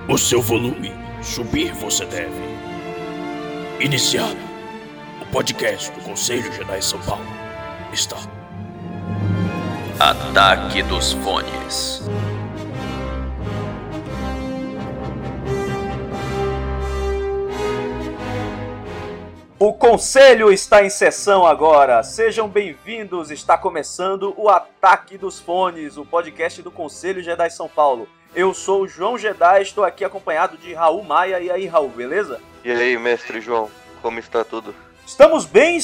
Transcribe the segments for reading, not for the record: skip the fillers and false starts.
O seu volume subir você deve. Iniciado. O podcast do Conselho Jedi São Paulo está. Ataque dos Fones. O Conselho está em sessão agora. Sejam bem-vindos. Está começando o Ataque dos Fones, o podcast do Conselho Jedi São Paulo. Eu sou o João Jedi, estou aqui acompanhado de Raul Maia. E aí, Raul, beleza? E aí, mestre João, como está tudo? Estamos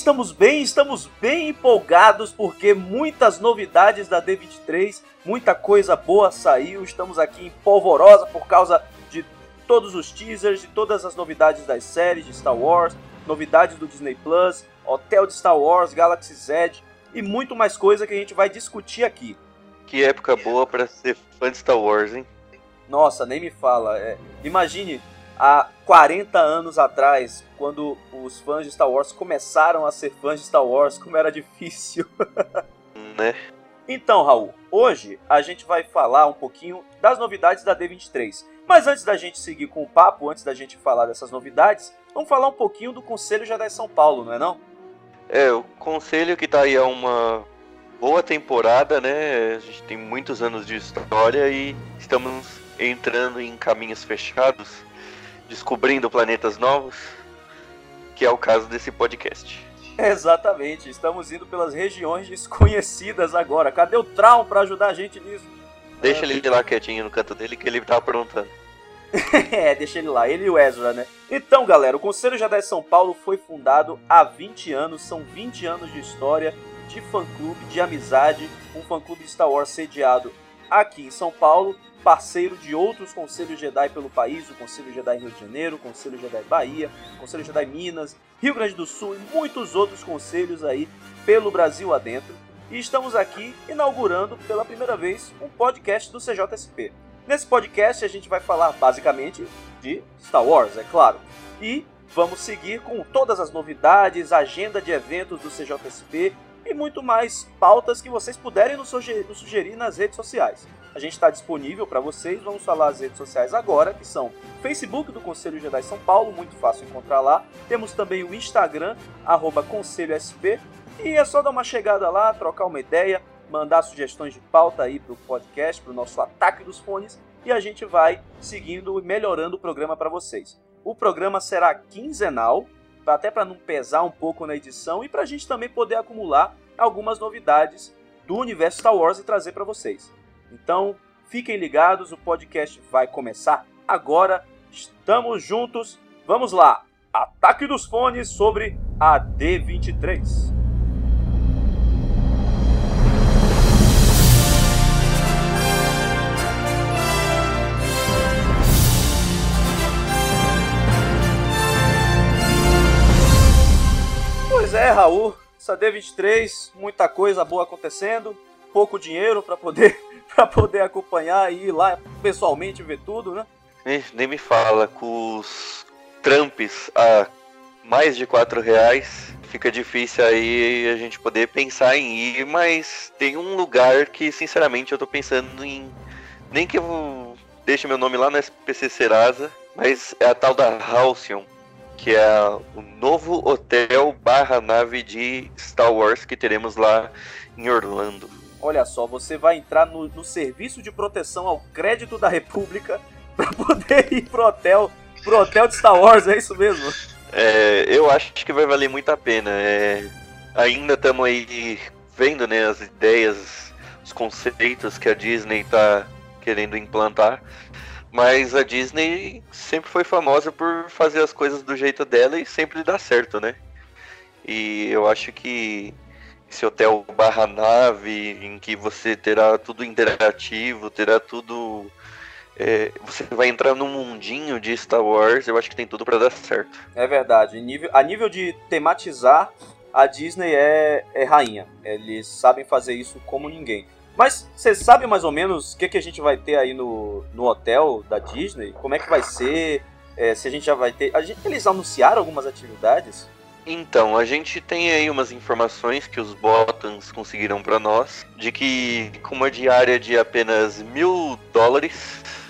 bem empolgados porque muitas novidades da D23, muita coisa boa saiu. Estamos aqui em polvorosa por causa de todos os teasers, de todas as novidades das séries de Star Wars, novidades do Disney Plus, Hotel de Star Wars, Galaxy Z e muito mais coisa que a gente vai discutir aqui. Que época boa para ser fã de Star Wars, hein? Nossa, nem me fala. Imagine há 40 anos atrás, quando os fãs de Star Wars começaram a ser fãs de Star Wars, como era difícil. Né? Então, Raul, hoje a gente vai falar um pouquinho das novidades da D23. Mas antes da gente seguir com o papo, antes da gente falar dessas novidades, vamos falar um pouquinho do Conselho Jedi São Paulo, não é não? O Conselho que tá aí há uma boa temporada, né? A gente tem muitos anos de história e estamos entrando em caminhos fechados, descobrindo planetas novos, que é o caso desse podcast. Exatamente, estamos indo pelas regiões desconhecidas agora. Cadê o Traum para ajudar a gente nisso? Deixa ele lá quietinho no canto dele que ele tá aprontando. Deixa ele lá, ele e o Ezra, né? Então, galera, o Conselho Jedi São Paulo foi fundado há 20 anos, são 20 anos de história, de fã-clube, de amizade, um fã-clube de Star Wars sediado aqui em São Paulo, parceiro de outros Conselhos Jedi pelo país, o Conselho Jedi Rio de Janeiro, o Conselho Jedi Bahia, o Conselho Jedi Minas, Rio Grande do Sul e muitos outros conselhos aí pelo Brasil adentro. E estamos aqui inaugurando pela primeira vez um podcast do CJSP. Nesse podcast a gente vai falar basicamente de Star Wars, é claro. E vamos seguir com todas as novidades, agenda de eventos do CJSP e muito mais pautas que vocês puderem nos sugerir nas redes sociais. A gente está disponível para vocês, vamos falar as redes sociais agora, que são Facebook do Conselho Jedi São Paulo, muito fácil encontrar lá. Temos também o Instagram, @ConselhoSP, e é só dar uma chegada lá, trocar uma ideia, mandar sugestões de pauta aí para o podcast, para o nosso Ataque dos Fones, e a gente vai seguindo e melhorando o programa para vocês. O programa será quinzenal, até para não pesar um pouco na edição e para a gente também poder acumular algumas novidades do universo Star Wars e trazer para vocês. Então, fiquem ligados, o podcast vai começar agora, estamos juntos, vamos lá! Ataque dos Fones sobre a D23. Pois é, Raul, essa D23, muita coisa boa acontecendo, pouco dinheiro para poder acompanhar e ir lá pessoalmente ver tudo, né? Nem me fala, com os Trumps a mais de R$4, fica difícil aí a gente poder pensar em ir, mas tem um lugar que sinceramente eu tô pensando em, nem que eu deixe meu nome lá no SPC Serasa, mas é a tal da Halcyon, que é o novo hotel / nave de Star Wars que teremos lá em Orlando. Olha só, você vai entrar no Serviço de Proteção ao Crédito da República para poder ir pro hotel de Star Wars, é isso mesmo? Eu acho que vai valer muito a pena. Ainda estamos aí vendo, né, as ideias, os conceitos que a Disney está querendo implantar. Mas a Disney sempre foi famosa por fazer as coisas do jeito dela e sempre dá certo, né? E eu acho que esse hotel / nave, em que você terá tudo interativo, terá tudo... você vai entrar num mundinho de Star Wars, eu acho que tem tudo pra dar certo. É verdade, a nível de tematizar, a Disney é rainha. Eles sabem fazer isso como ninguém. Mas você sabe mais ou menos o que a gente vai ter aí no hotel da Disney? Como é que vai ser? Se a gente já vai ter... Eles anunciaram algumas atividades? Então, a gente tem aí umas informações que os Botans conseguiram para nós, de que com uma diária de apenas $1.000,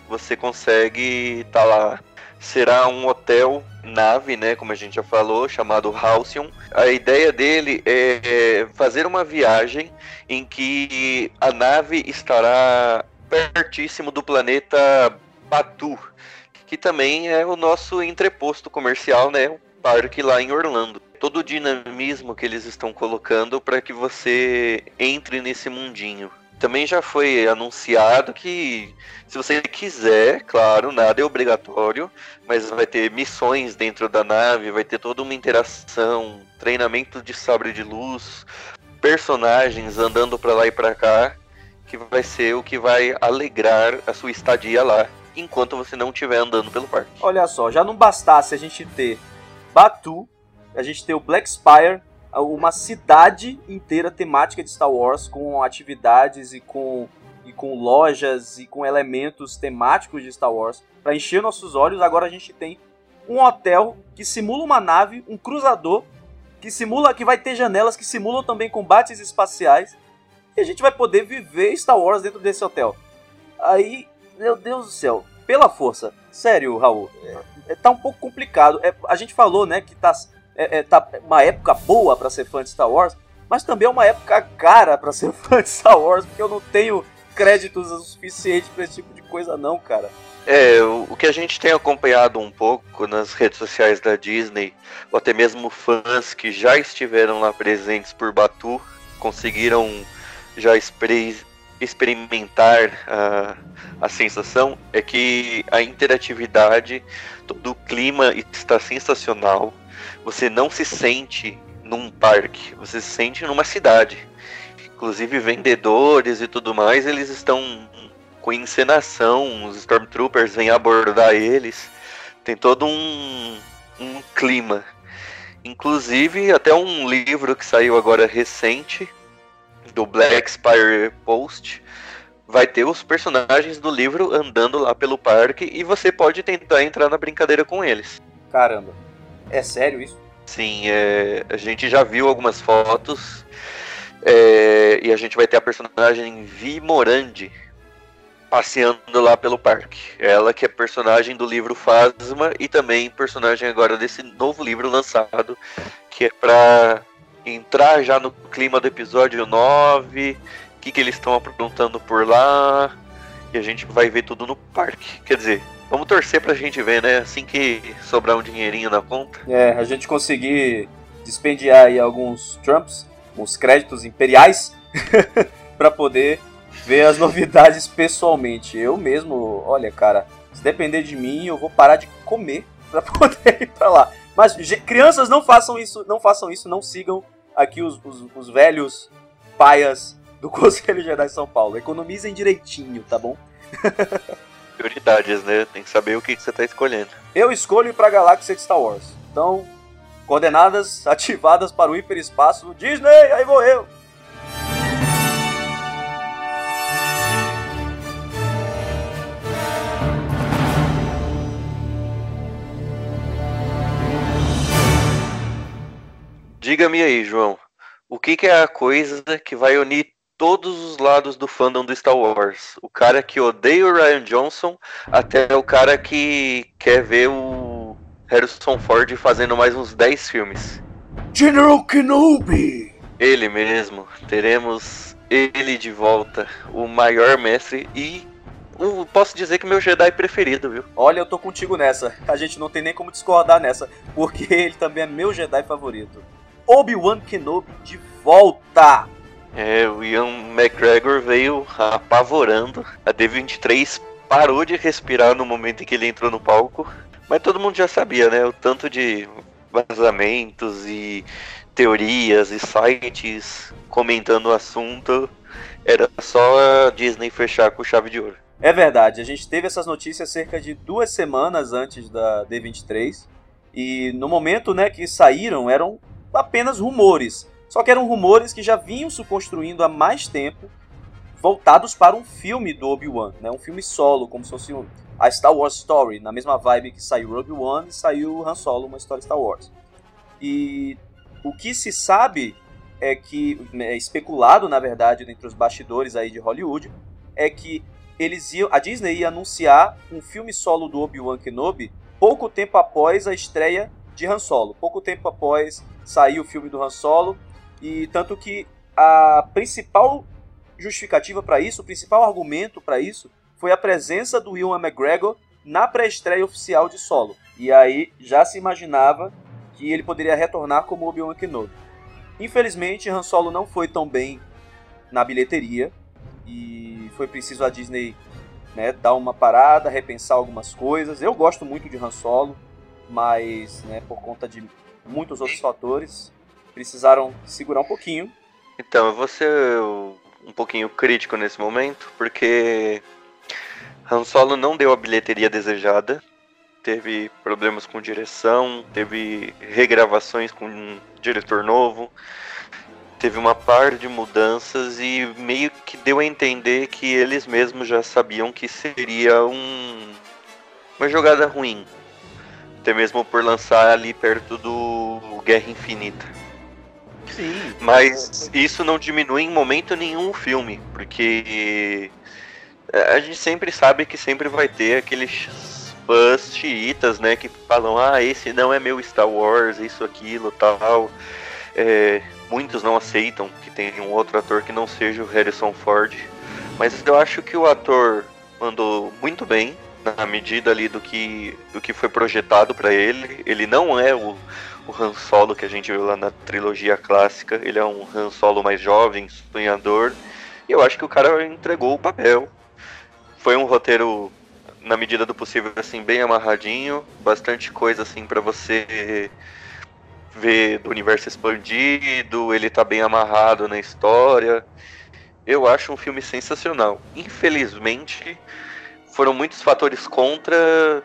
você consegue estar lá. Será um hotel nave, né, como a gente já falou, chamado Halcyon. A ideia dele é fazer uma viagem em que a nave estará pertíssimo do planeta Batu, que também é o nosso entreposto comercial, né, um parque lá em Orlando. Todo o dinamismo que eles estão colocando para que você entre nesse mundinho. Também já foi anunciado que, se você quiser, claro, nada é obrigatório, mas vai ter missões dentro da nave, vai ter toda uma interação, treinamento de sabre de luz, personagens andando para lá e para cá, que vai ser o que vai alegrar a sua estadia lá, enquanto você não estiver andando pelo parque. Olha só, já não bastasse a gente ter Batu, a gente ter o Black Spire, uma cidade inteira temática de Star Wars, com atividades e com lojas e com elementos temáticos de Star Wars, para encher nossos olhos. Agora a gente tem um hotel que simula uma nave, um cruzador, que vai ter janelas que simulam também combates espaciais, e a gente vai poder viver Star Wars dentro desse hotel. Aí, meu Deus do céu, pela força, sério, Raul, tá um pouco complicado. A gente falou, né, que tá uma época boa pra ser fã de Star Wars, mas também é uma época cara pra ser fã de Star Wars, porque eu não tenho créditos o suficiente pra esse tipo de coisa não, cara. O que a gente tem acompanhado um pouco nas redes sociais da Disney, ou até mesmo fãs que já estiveram lá presentes por Batu, conseguiram já experimentar a sensação, é que a interatividade, todo o clima está sensacional. Você não se sente num parque, você se sente numa cidade. Inclusive vendedores e tudo mais, eles estão com encenação, os Stormtroopers vêm abordar eles. Tem todo um clima. Inclusive até um livro que saiu agora recente, do Black Spire Post, vai ter os personagens do livro andando lá pelo parque e você pode tentar entrar na brincadeira com eles. Caramba. É sério isso? Sim, a gente já viu algumas fotos e a gente vai ter a personagem Vi Morandi passeando lá pelo parque. Ela que é personagem do livro Phasma e também personagem agora desse novo livro lançado, que é pra entrar já no clima do episódio 9, o que eles estão aprontando por lá, e a gente vai ver tudo no parque. Quer dizer, vamos torcer pra gente ver, né? Assim que sobrar um dinheirinho na conta. A gente conseguir dispendiar aí alguns trumps, uns créditos imperiais, pra poder ver as novidades pessoalmente. Eu mesmo, olha, cara, se depender de mim, eu vou parar de comer pra poder ir pra lá. Mas crianças, não façam isso, não sigam aqui os velhos paias do Conselho Jedi São Paulo. Economizem direitinho, tá bom? Prioridades, né? Tem que saber o que você tá escolhendo. Eu escolho ir pra galáxia de Star Wars. Então, coordenadas ativadas para o hiperespaço. Disney, aí vou eu! Diga-me aí, João, o que é a coisa que vai unir todos os lados do fandom do Star Wars? O cara que odeia o Rian Johnson até o cara que quer ver o Harrison Ford fazendo mais uns 10 filmes. General Kenobi! Ele mesmo, teremos ele de volta, o maior mestre e posso dizer que meu Jedi preferido, viu? Olha, eu tô contigo nessa, a gente não tem nem como discordar nessa, porque ele também é meu Jedi favorito. Obi-Wan Kenobi de volta! O Ian McGregor veio apavorando. A D23 parou de respirar no momento em que ele entrou no palco. Mas todo mundo já sabia, né? O tanto de vazamentos e teorias e sites comentando o assunto. Era só a Disney fechar com chave de ouro. É verdade, a gente teve essas notícias cerca de 2 semanas antes da D23. E no momento, né, que saíram, eram apenas rumores. Só que eram rumores que já vinham se construindo há mais tempo, voltados para um filme do Obi-Wan, né? Um filme solo, como se fosse a Star Wars Story, na mesma vibe que saiu Obi-Wan e saiu Han Solo, uma história Star Wars. E o que se sabe é que, é especulado na verdade entre os bastidores aí de Hollywood, é que a Disney ia anunciar um filme solo do Obi-Wan Kenobi pouco tempo após a estreia de Han Solo. Pouco tempo após sair o filme do Han Solo. E tanto que a principal justificativa para isso, o principal argumento para isso, foi a presença do Ewan McGregor na pré-estreia oficial de Solo. E aí já se imaginava que ele poderia retornar como Obi-Wan Kenobi. Infelizmente, Han Solo não foi tão bem na bilheteria e foi preciso a Disney, né, dar uma parada, repensar algumas coisas. Eu gosto muito de Han Solo, mas, né, por conta de muitos outros fatores, precisaram segurar um pouquinho. Então, eu vou ser um pouquinho crítico nesse momento, porque Han Solo não deu a bilheteria desejada. Teve problemas com direção, teve regravações com um diretor novo, teve uma par de mudanças e meio que deu a entender que eles mesmos já sabiam que seria uma jogada ruim, até mesmo por lançar ali perto do Guerra Infinita. Sim. Mas isso não diminui em momento nenhum o filme, porque a gente sempre sabe que sempre vai ter aqueles fãs chiitas, né, que falam, esse não é meu Star Wars, isso, aquilo, tal. Muitos não aceitam que tenha um outro ator que não seja o Harrison Ford, mas eu acho que o ator mandou muito bem na medida ali do que foi projetado para ele. Ele não é o Han Solo que a gente viu lá na trilogia clássica, ele é um Han Solo mais jovem, sonhador, e eu acho que o cara entregou o papel. Foi um roteiro, na medida do possível, assim, bem amarradinho, bastante coisa assim para você ver do universo expandido, ele tá bem amarrado na história. Eu acho um filme sensacional. Infelizmente, foram muitos fatores contra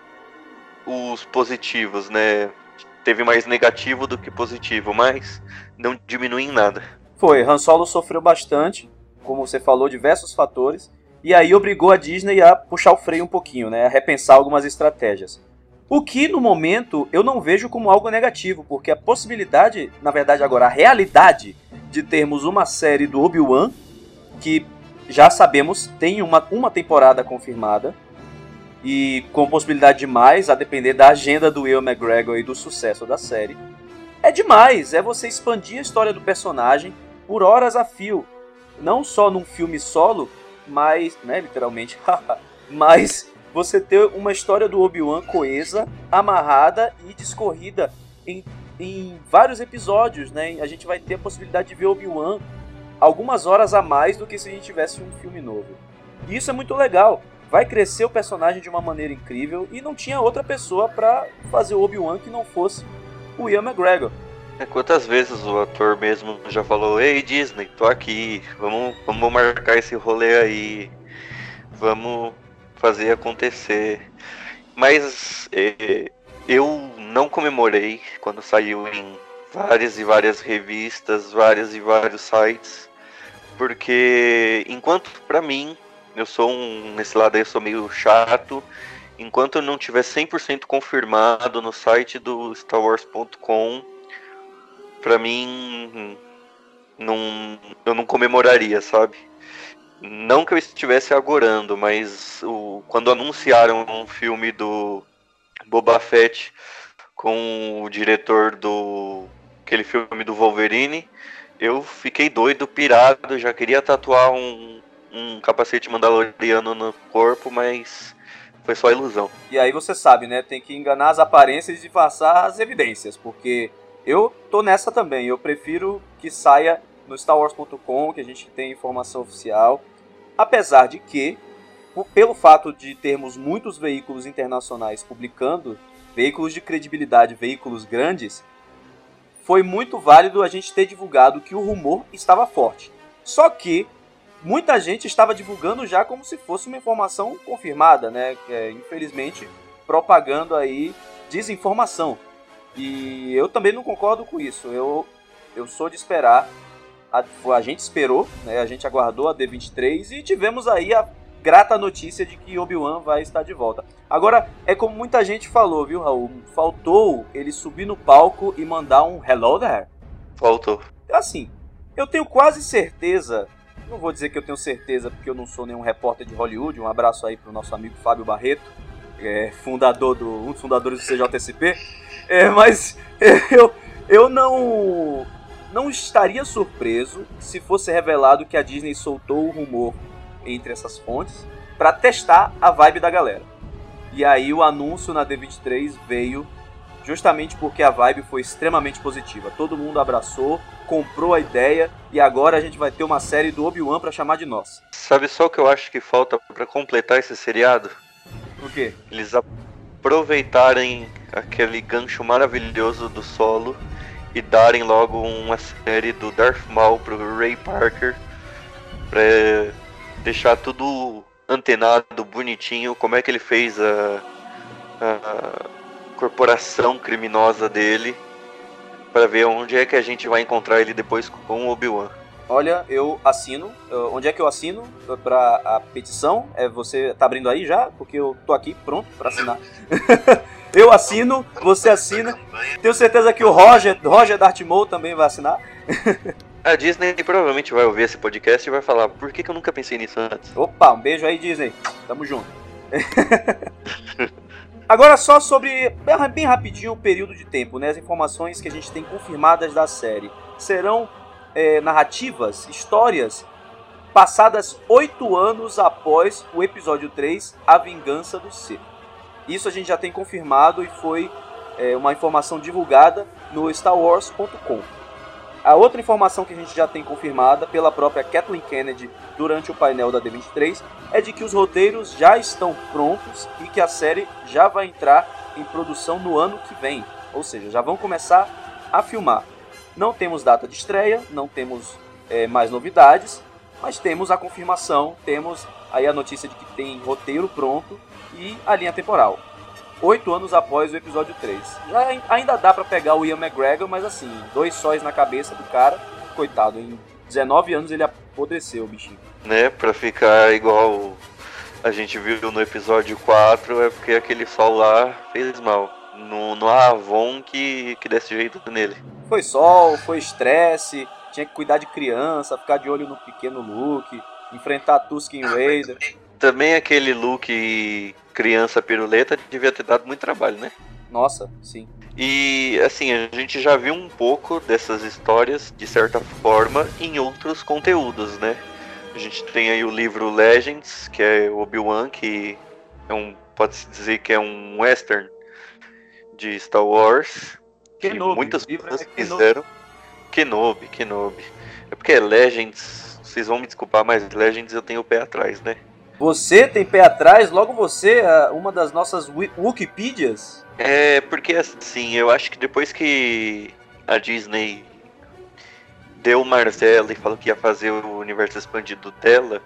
os positivos, né? Teve mais negativo do que positivo, mas não diminui em nada. Foi, Han Solo sofreu bastante, como você falou, diversos fatores, e aí obrigou a Disney a puxar o freio um pouquinho, né? A repensar algumas estratégias. O que, no momento, eu não vejo como algo negativo, porque a possibilidade, na verdade agora, a realidade de termos uma série do Obi-Wan, que já sabemos, tem uma temporada confirmada, e com possibilidade de mais, a depender da agenda do Ewan McGregor e do sucesso da série. É demais, é você expandir a história do personagem por horas a fio. Não só num filme solo, mas, né, literalmente, mas você ter uma história do Obi-Wan coesa, amarrada e discorrida em vários episódios, né? A gente vai ter a possibilidade de ver Obi-Wan algumas horas a mais do que se a gente tivesse um filme novo. E isso é muito legal. Vai crescer o personagem de uma maneira incrível e não tinha outra pessoa pra fazer o Obi-Wan que não fosse o Ewan McGregor. Quantas vezes o ator mesmo já falou, ei Disney, tô aqui, vamos marcar esse rolê aí, vamos fazer acontecer. Mas eu não comemorei quando saiu em várias e várias revistas, vários e vários sites, porque enquanto pra mim, nesse lado aí eu sou meio chato, enquanto eu não tiver 100% confirmado no site do StarWars.com, pra mim eu não comemoraria, sabe? Não que eu estivesse agorando, mas quando anunciaram um filme do Boba Fett com o diretor aquele filme do Wolverine, eu fiquei doido, pirado, já queria tatuar um capacete mandaloriano no corpo, mas foi só ilusão. E aí você sabe, né? Tem que enganar as aparências e disfarçar as evidências, porque eu tô nessa também. Eu prefiro que saia no StarWars.com, que a gente tem informação oficial. Apesar de que, pelo fato de termos muitos veículos internacionais publicando, veículos de credibilidade, veículos grandes, foi muito válido a gente ter divulgado que o rumor estava forte. Só que muita gente estava divulgando já como se fosse uma informação confirmada, né? Infelizmente, propagando aí desinformação. E eu também não concordo com isso. Eu sou de esperar. A gente esperou, né? A gente aguardou a D23 e tivemos aí a grata notícia de que Obi-Wan vai estar de volta. Agora, é como muita gente falou, viu, Raul? Faltou ele subir no palco e mandar um hello there? Faltou. Assim, eu tenho quase certeza não vou dizer que eu tenho certeza, porque eu não sou nenhum repórter de Hollywood. Um abraço aí pro nosso amigo Fábio Barreto, um dos fundadores do CJSP. Mas eu não estaria surpreso se fosse revelado que a Disney soltou o rumor entre essas fontes para testar a vibe da galera. E aí o anúncio na D23 veio justamente porque a vibe foi extremamente positiva. Todo mundo abraçou, comprou a ideia e agora a gente vai ter uma série do Obi-Wan pra chamar de nossa. Sabe só o que eu acho que falta pra completar esse seriado? O quê? Eles aproveitarem aquele gancho maravilhoso do Solo e darem logo uma série do Darth Maul pro Ray Parker pra deixar tudo antenado, bonitinho, como é que ele fez a corporação criminosa dele, para ver onde é que a gente vai encontrar ele depois com o Obi-Wan. Olha, eu assino. Onde é que eu assino pra a petição? Você tá abrindo aí já? Porque eu tô aqui pronto pra assinar. Eu assino, você assina. Tenho certeza que o Roger Darth Maul também vai assinar. A Disney provavelmente vai ouvir esse podcast e vai falar: por que eu nunca pensei nisso antes? Opa, um beijo aí, Disney. Tamo junto. Agora só sobre, bem rapidinho, o período de tempo, né? As informações que a gente tem confirmadas da série. Serão narrativas, histórias, passadas 8 anos após o episódio 3, A Vingança do Sith. Isso a gente já tem confirmado e foi uma informação divulgada no StarWars.com. A outra informação que a gente já tem confirmada pela própria Kathleen Kennedy durante o painel da D23 é de que os roteiros já estão prontos e que a série já vai entrar em produção no ano que vem. Ou seja, já vão começar a filmar. Não temos data de estreia, não temos mais novidades, mas temos a confirmação, temos aí a notícia de que tem roteiro pronto e a linha temporal. 8 anos após o episódio 3. Ainda dá pra pegar o Ian McGregor, mas assim, 2 sóis na cabeça do cara, coitado, em 19 anos ele apodreceu o bichinho. Né, pra ficar igual a gente viu no episódio 4, é porque aquele sol lá fez mal. No Avon que desse jeito nele. Foi sol, foi estresse, tinha que cuidar de criança, ficar de olho no pequeno Luke, enfrentar Tusken Raider. Também aquele Luke criança piruleta devia ter dado muito trabalho, né? Nossa, sim. E assim, a gente já viu um pouco dessas histórias, de certa forma, em outros conteúdos, né? A gente tem aí o livro Legends, que é Obi-Wan, que pode-se dizer que é um western de Star Wars. Kenobi. Muitas pessoas fizeram. Kenobi. É porque Legends, vocês vão me desculpar, mas Legends eu tenho o pé atrás, né? Você tem pé atrás, logo você, uma das nossas Wikipedias? É, porque assim, eu acho que depois que a Disney deu o martelo e falou que ia fazer o universo expandido dela,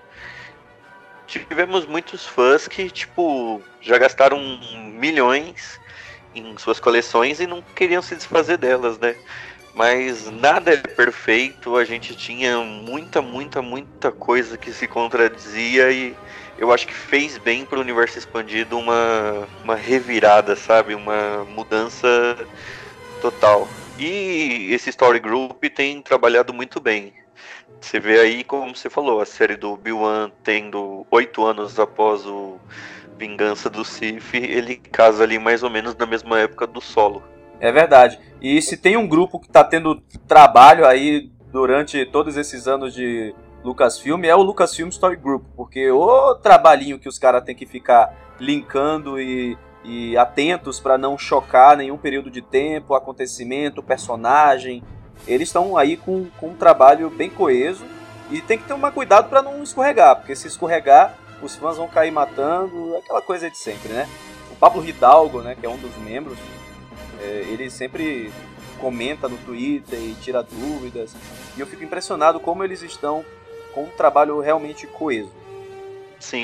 tivemos muitos fãs que, tipo, já gastaram milhões em suas coleções e não queriam se desfazer delas, né? Mas nada é perfeito, a gente tinha muita coisa que se contradizia e eu acho que fez bem pro universo expandido uma revirada, sabe? Uma mudança total. E esse Story Group tem trabalhado muito bem. Você vê aí, como você falou, a série do Obi-Wan tendo 8 anos após o Vingança do Sith, ele casa ali mais ou menos na mesma época do Solo. É verdade. E se tem um grupo que está tendo trabalho aí durante todos esses anos de Lucasfilm, é o Lucasfilm Story Group, porque o trabalhinho que os caras têm que ficar linkando e atentos para não chocar nenhum período de tempo, acontecimento, personagem. Eles estão aí com um trabalho bem coeso e tem que tomar cuidado para não escorregar, porque se escorregar, os fãs vão cair matando, aquela coisa de sempre, né? O Pablo Hidalgo, né, que é um dos membros, ele sempre comenta no Twitter e tira dúvidas, e eu fico impressionado como eles estão com um trabalho realmente coeso. Sim.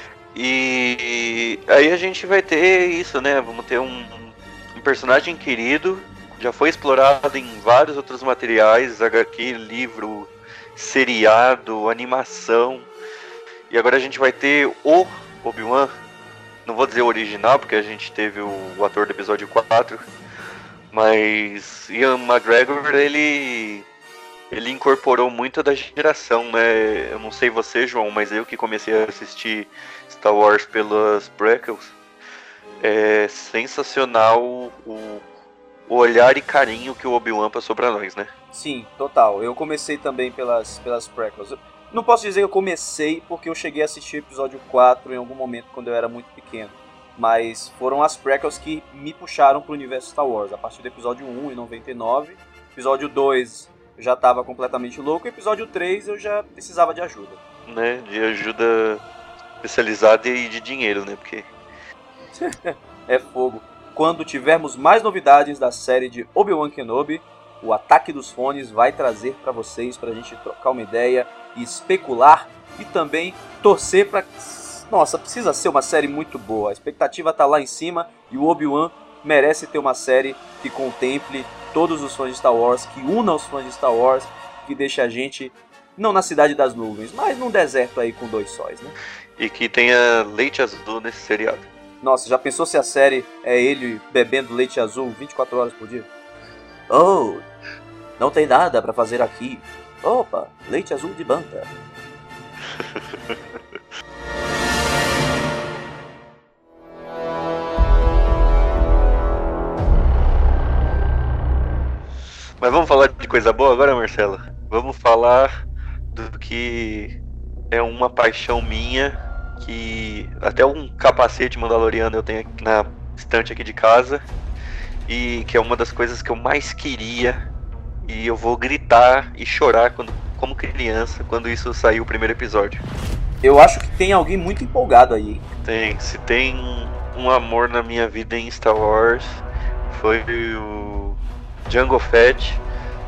E aí a gente vai ter isso, né? Vamos ter um personagem querido, já foi explorado em vários outros materiais, HQ, livro, seriado, animação. E agora a gente vai ter o Obi-Wan. Não vou dizer o original, porque a gente teve o ator do episódio 4. Mas Ian McGregor, ele ele incorporou muito da geração, né? Eu não sei você, João, mas eu que comecei a assistir Star Wars pelas prequels, é sensacional o olhar e carinho que o Obi-Wan passou pra nós, né? Sim, total. Eu comecei também pelas prequels. Não posso dizer que eu comecei porque eu cheguei a assistir o episódio 4 em algum momento quando eu era muito pequeno. Mas foram as prequels que me puxaram pro universo Star Wars. A partir do episódio 1, em 99. Episódio 2, eu já estava completamente louco. Episódio 3, eu já precisava de ajuda. Né? De ajuda especializada e de dinheiro, né? Porque... É fogo. Quando tivermos mais novidades da série de Obi-Wan Kenobi, o Ataque dos Fones vai trazer para vocês, pra gente trocar uma ideia e especular e também torcer para... Nossa, precisa ser uma série muito boa. A expectativa tá lá em cima e o Obi-Wan merece ter uma série que contemple todos os fãs de Star Wars, que una os fãs de Star Wars, que deixe a gente, não na Cidade das Nuvens, mas num deserto aí com 2 sóis, né? E que tenha leite azul nesse seriado. Nossa, já pensou se a série é ele bebendo leite azul 24 horas por dia? Oh, não tem nada pra fazer aqui. Opa, leite azul de Banta. Mas vamos falar de coisa boa agora, Marcela? Vamos falar do que é uma paixão minha, que até um capacete mandaloriano eu tenho aqui na estante aqui de casa, e que é uma das coisas que eu mais queria, e eu vou gritar e chorar como criança quando isso sair o primeiro episódio. Eu acho que tem alguém muito empolgado aí, hein? Se tem um amor na minha vida em Star Wars, foi o Jango Fett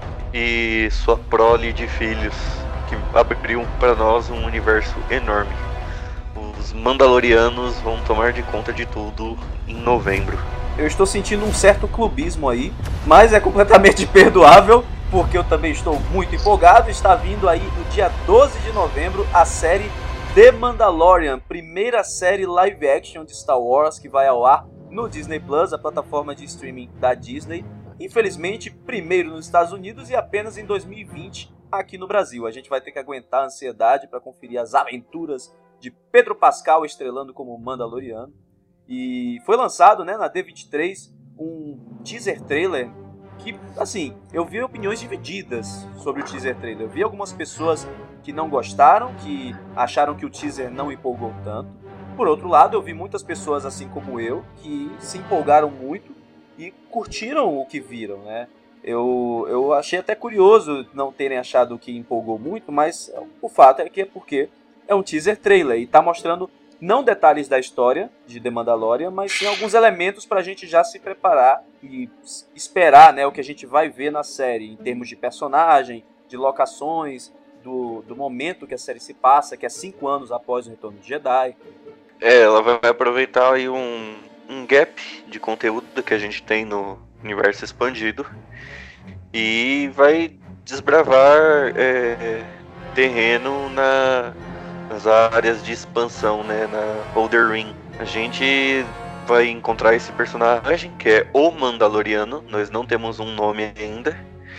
e sua prole de filhos, que abriu para nós um universo enorme. Os Mandalorianos vão tomar de conta de tudo em novembro. Eu estou sentindo um certo clubismo aí, mas é completamente perdoável, porque eu também estou muito empolgado. Está vindo aí no dia 12 de novembro a série The Mandalorian, primeira série live action de Star Wars que vai ao ar no Disney Plus, a plataforma de streaming da Disney. Infelizmente, primeiro nos Estados Unidos e apenas em 2020 aqui no Brasil. A gente vai ter que aguentar a ansiedade para conferir as aventuras de Pedro Pascal estrelando como Mandaloriano. E foi lançado, né, na D23 um teaser trailer que, assim, eu vi opiniões divididas sobre o teaser trailer. Eu vi algumas pessoas que não gostaram, que acharam que o teaser não empolgou tanto. Por outro lado, eu vi muitas pessoas, assim como eu, que se empolgaram muito e curtiram o que viram, né? Eu achei até curioso não terem achado que empolgou muito, mas o fato é que é porque é um teaser trailer e tá mostrando não detalhes da história de The Mandalorian, mas sim alguns elementos pra gente já se preparar e esperar, né, o que a gente vai ver na série, em termos de personagem, de locações, do momento que a série se passa, que é 5 anos após o Retorno de Jedi. Ela vai aproveitar aí um gap de conteúdo que a gente tem no universo expandido e vai desbravar terreno nas áreas de expansão, né, na Elder Ring. A gente vai encontrar esse personagem que é o Mandaloriano, nós não temos um nome ainda,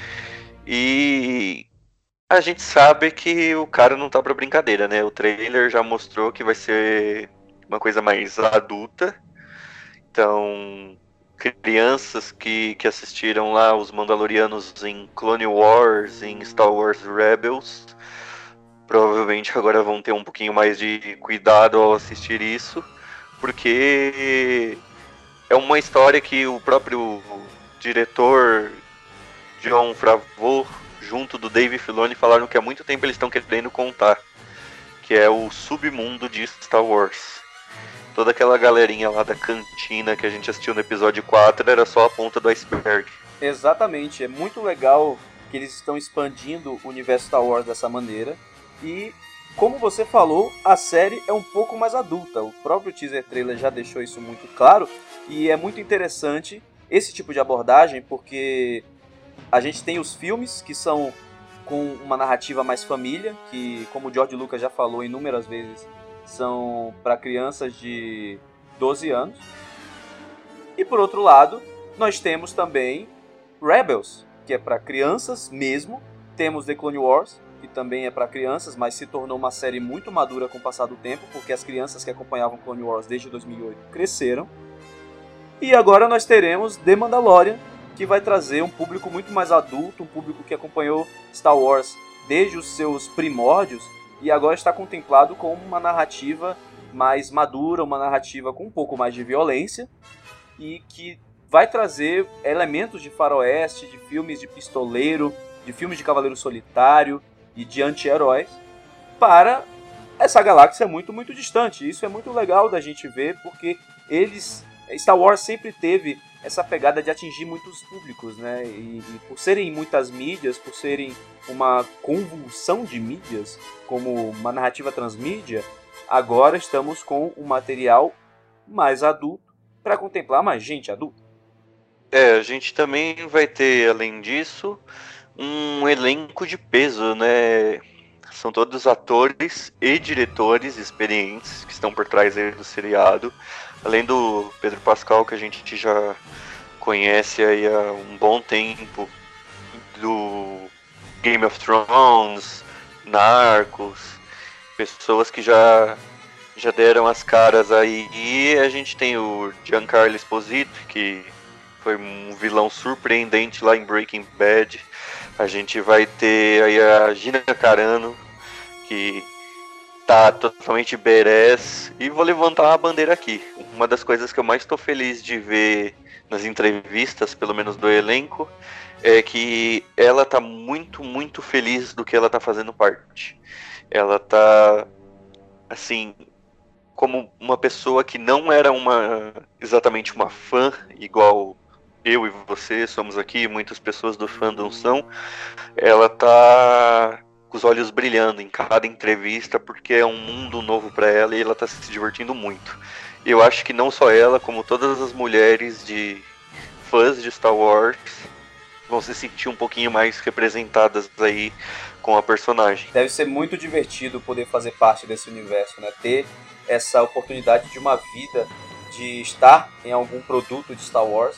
e a gente sabe que o cara não tá pra brincadeira, né? O trailer já mostrou que vai ser uma coisa mais adulta. Então, crianças que assistiram lá os Mandalorianos em Clone Wars, em Star Wars Rebels, provavelmente agora vão ter um pouquinho mais de cuidado ao assistir isso, porque é uma história que o próprio diretor Jon Favreau, junto do Dave Filoni, falaram que há muito tempo eles estão querendo contar, que é o submundo de Star Wars. Toda aquela galerinha lá da cantina que a gente assistiu no episódio 4 era só a ponta do iceberg. Exatamente, é muito legal que eles estão expandindo o universo Star Wars dessa maneira. E, como você falou, a série é um pouco mais adulta. O próprio teaser trailer já deixou isso muito claro. E é muito interessante esse tipo de abordagem, porque a gente tem os filmes que são com uma narrativa mais família, que, como o George Lucas já falou inúmeras vezes, são para crianças de 12 anos. E, por outro lado, nós temos também Rebels, que é para crianças mesmo, temos The Clone Wars, que também é para crianças, mas se tornou uma série muito madura com o passar do tempo, porque as crianças que acompanhavam Clone Wars desde 2008 cresceram. E agora nós teremos The Mandalorian, que vai trazer um público muito mais adulto, um público que acompanhou Star Wars desde os seus primórdios, e agora está contemplado como uma narrativa mais madura, uma narrativa com um pouco mais de violência, e que vai trazer elementos de faroeste, de filmes de pistoleiro, de filmes de cavaleiro solitário e de anti-heróis para essa galáxia muito, muito distante. Isso é muito legal da gente ver, porque Star Wars sempre teve essa pegada de atingir muitos públicos, né? E por serem muitas mídias, por serem uma convulsão de mídias, como uma narrativa transmídia, agora estamos com um material mais adulto para contemplar mais gente adulta. A gente também vai ter, além disso, um elenco de peso, né? São todos atores e diretores experientes que estão por trás aí do seriado. Além do Pedro Pascal, que a gente já conhece aí há um bom tempo, do Game of Thrones, Narcos, pessoas que já deram as caras aí. E a gente tem o Giancarlo Esposito, que foi um vilão surpreendente lá em Breaking Bad. A gente vai ter aí a Gina Carano, que tá totalmente badass. E vou levantar a bandeira aqui. Uma das coisas que eu mais tô feliz de ver nas entrevistas, pelo menos do elenco, é que ela tá muito, muito feliz do que ela tá fazendo parte. Ela tá, assim, como uma pessoa que não era exatamente uma fã, igual eu e você somos aqui, muitas pessoas do fandom são. Ela tá com os olhos brilhando em cada entrevista, porque é um mundo novo para ela e ela tá se divertindo muito. Eu acho que não só ela, como todas as mulheres de fãs de Star Wars vão se sentir um pouquinho mais representadas aí com a personagem. Deve ser muito divertido poder fazer parte desse universo, né? Ter essa oportunidade de uma vida, de estar em algum produto de Star Wars,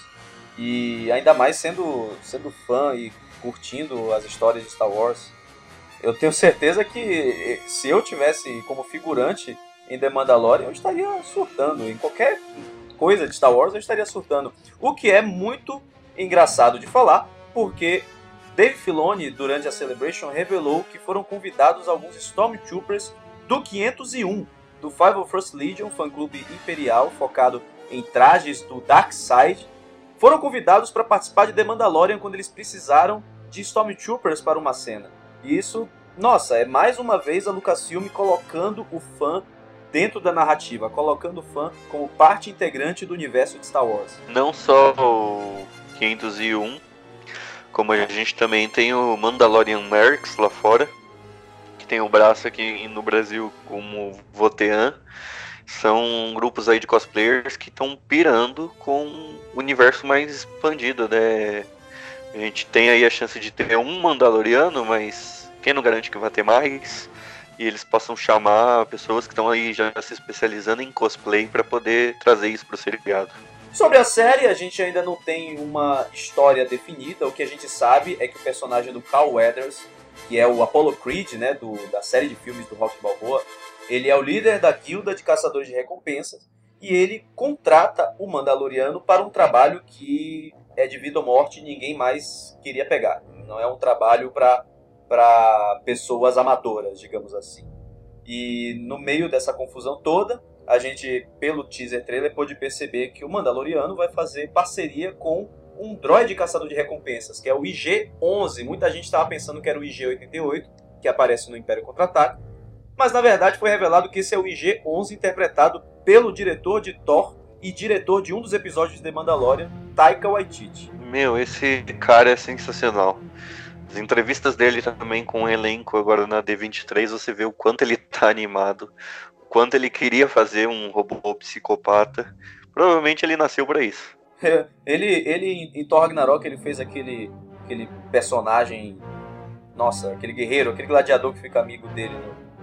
e ainda mais sendo fã e curtindo as histórias de Star Wars. Eu tenho certeza que se eu tivesse como figurante em The Mandalorian, eu estaria surtando. Em qualquer coisa de Star Wars, eu estaria surtando. O que é muito engraçado de falar, porque Dave Filoni, durante a Celebration, revelou que foram convidados alguns Stormtroopers do 501, do 501st Legion, fã-clube imperial focado em trajes do Darkseid. Foram convidados para participar de The Mandalorian quando eles precisaram de Stormtroopers para uma cena. E isso, nossa, é mais uma vez a Lucasfilm colocando o fã dentro da narrativa, colocando o fã como parte integrante do universo de Star Wars. Não só o 501, como a gente também tem o Mandalorian Mercs lá fora, que tem o braço aqui no Brasil como Votean. São grupos aí de cosplayers que estão pirando com o universo mais expandido, né? A gente tem aí a chance de ter um Mandaloriano, mas quem não garante que vai ter mais? E eles possam chamar pessoas que estão aí já se especializando em cosplay para poder trazer isso pro seriado. Sobre a série, a gente ainda não tem uma história definida. O que a gente sabe é que o personagem do Carl Weathers, que é o Apollo Creed, né, da série de filmes do Rocky Balboa, ele é o líder da guilda de caçadores de recompensas e ele contrata o Mandaloriano para um trabalho que é de vida ou morte e ninguém mais queria pegar. Não é um trabalho para pessoas amadoras, digamos assim. E no meio dessa confusão toda, a gente, pelo teaser trailer, pôde perceber que o Mandaloriano vai fazer parceria com um droide caçador de recompensas, que é o IG-11. Muita gente estava pensando que era o IG-88, que aparece no Império Contra-Ataca, mas na verdade foi revelado que esse é o IG-11 interpretado pelo diretor de Thor e diretor de um dos episódios de The Mandalorian, Taika Waititi. Meu, esse cara é sensacional. As entrevistas dele também com o elenco agora na D23, você vê o quanto ele tá animado, o quanto ele queria fazer um robô psicopata. Provavelmente ele nasceu pra isso. Ele em Thor Ragnarok, ele fez aquele personagem, nossa, aquele guerreiro, aquele gladiador que fica amigo dele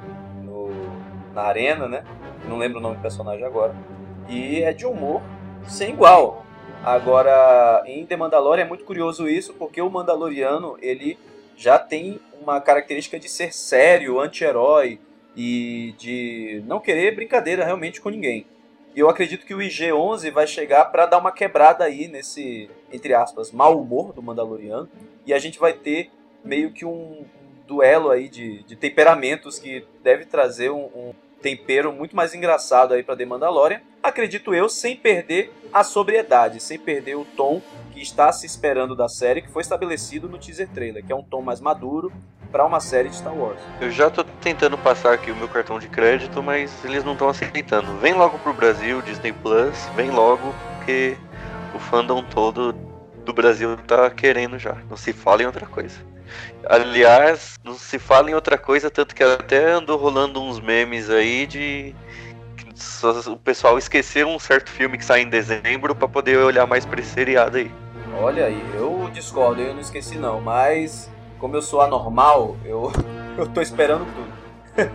na arena, né? Não lembro o nome do personagem agora. E é de humor sem igual. Agora, em The Mandalorian é muito curioso isso, porque o Mandaloriano, ele já tem uma característica de ser sério, anti-herói e de não querer brincadeira realmente com ninguém. E eu acredito que o IG-11 vai chegar para dar uma quebrada aí nesse, entre aspas, mau humor do Mandaloriano, e a gente vai ter meio que um duelo aí de temperamentos que deve trazer um tempero muito mais engraçado aí para The Mandalorian, acredito eu, sem perder a sobriedade, sem perder o tom que está se esperando da série, que foi estabelecido no teaser trailer, que é um tom mais maduro para uma série de Star Wars. Eu já tô tentando passar aqui o meu cartão de crédito, mas eles não estão aceitando. Vem logo pro Brasil, Disney Plus, vem logo, porque o fandom todo do Brasil tá querendo já. Não se fala em outra coisa. Aliás, não se fala em outra coisa, tanto que até andou rolando uns memes aí de o pessoal esqueceu um certo filme que sai em dezembro pra poder olhar mais pra esse seriado aí. Olha aí, eu discordo, eu não esqueci não, mas como eu sou anormal, eu tô esperando tudo.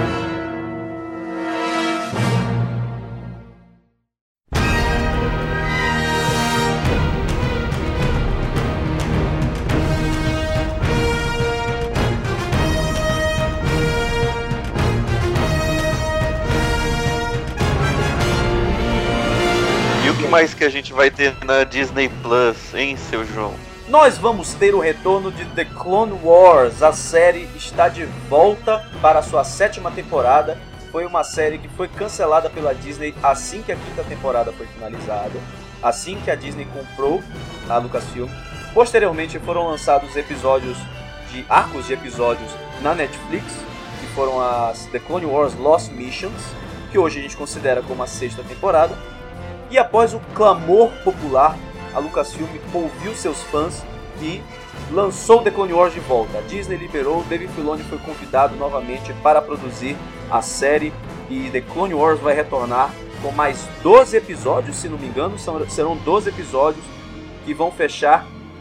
E o que mais que a gente vai ter na Disney Plus, hein, seu João? Nós vamos ter o retorno de The Clone Wars. A série está de volta para a sua 7ª temporada. Foi uma série que foi cancelada pela Disney assim que a 5ª temporada foi finalizada, assim que a Disney comprou a Lucasfilm. Posteriormente foram lançados arcos de episódios na Netflix, que foram as The Clone Wars Lost Missions, que hoje a gente considera como a 6ª temporada. E após o clamor popular, a Lucasfilm ouviu seus fãs e lançou The Clone Wars de volta. A Disney liberou, Dave Filoni foi convidado novamente para produzir a série e The Clone Wars vai retornar com mais 12 episódios, se não me engano, serão 12 episódios que vão fechar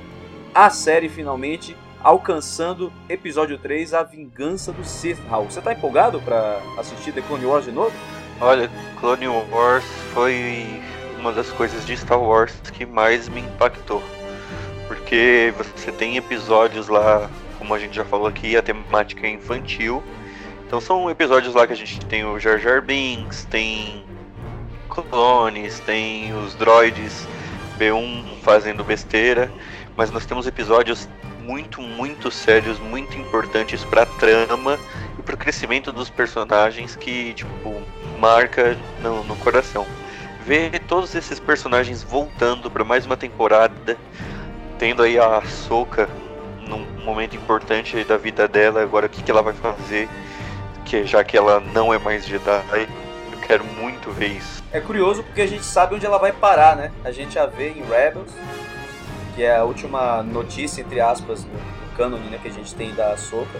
a série finalmente, alcançando episódio 3, A Vingança do Sith. Raul, você tá empolgado para assistir The Clone Wars de novo? Olha, Clone Wars foi uma das coisas de Star Wars que mais me impactou. Porque você tem episódios lá, como a gente já falou aqui, a temática é infantil. Então são episódios lá que a gente tem o Jar Jar Binks, tem clones, tem os droids B1 fazendo besteira. Mas nós temos episódios muito, muito sérios, muito importantes pra trama e pro crescimento dos personagens que, tipo, marca no coração. Ver todos esses personagens voltando para mais uma temporada, tendo aí a Ahsoka num momento importante da vida dela, agora o que ela vai fazer, já que ela não é mais Jedi, eu quero muito ver isso. É curioso porque a gente sabe onde ela vai parar, né? A gente a vê em Rebels, que é a última notícia, entre aspas, no cânone, né, que a gente tem da Ahsoka.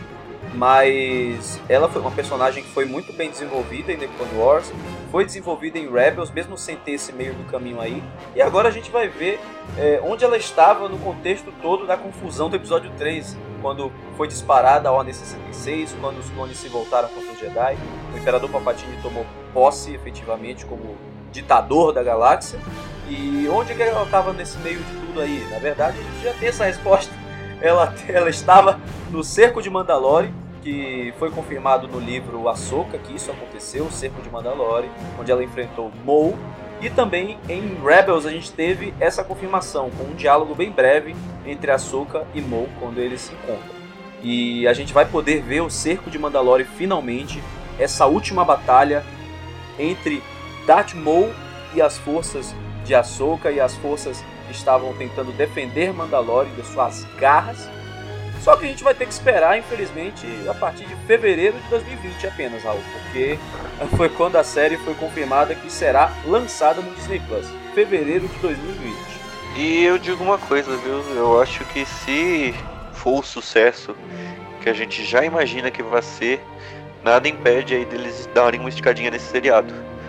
Mas ela foi uma personagem que foi muito bem desenvolvida em The Clone Wars, foi desenvolvida em Rebels, mesmo sem ter esse meio do caminho aí. E agora a gente vai ver onde ela estava no contexto todo da confusão do episódio 3, quando foi disparada a Ordem 66, quando os clones se voltaram contra os Jedi, o Imperador Palpatine tomou posse efetivamente como ditador da galáxia. E onde que ela estava nesse meio de tudo aí? Na verdade, a gente já tem essa resposta. Ela estava no Cerco de Mandalore, que foi confirmado no livro Ahsoka que isso aconteceu, o Cerco de Mandalore, onde ela enfrentou Maul. E também em Rebels a gente teve essa confirmação, com um diálogo bem breve entre Ahsoka e Maul quando eles se encontram. E a gente vai poder ver o Cerco de Mandalore finalmente, essa última batalha entre Darth Maul e as forças de Ahsoka e as forças que estavam tentando defender Mandalore das suas garras. Só que a gente vai ter que esperar, infelizmente, a partir de fevereiro de 2020 apenas, Raul, porque foi quando a série foi confirmada que será lançada no Disney Plus, fevereiro de 2020. E eu digo uma coisa, viu? Eu acho que se for o sucesso que a gente já imagina que vai ser, nada impede aí deles darem uma esticadinha nesse seriado.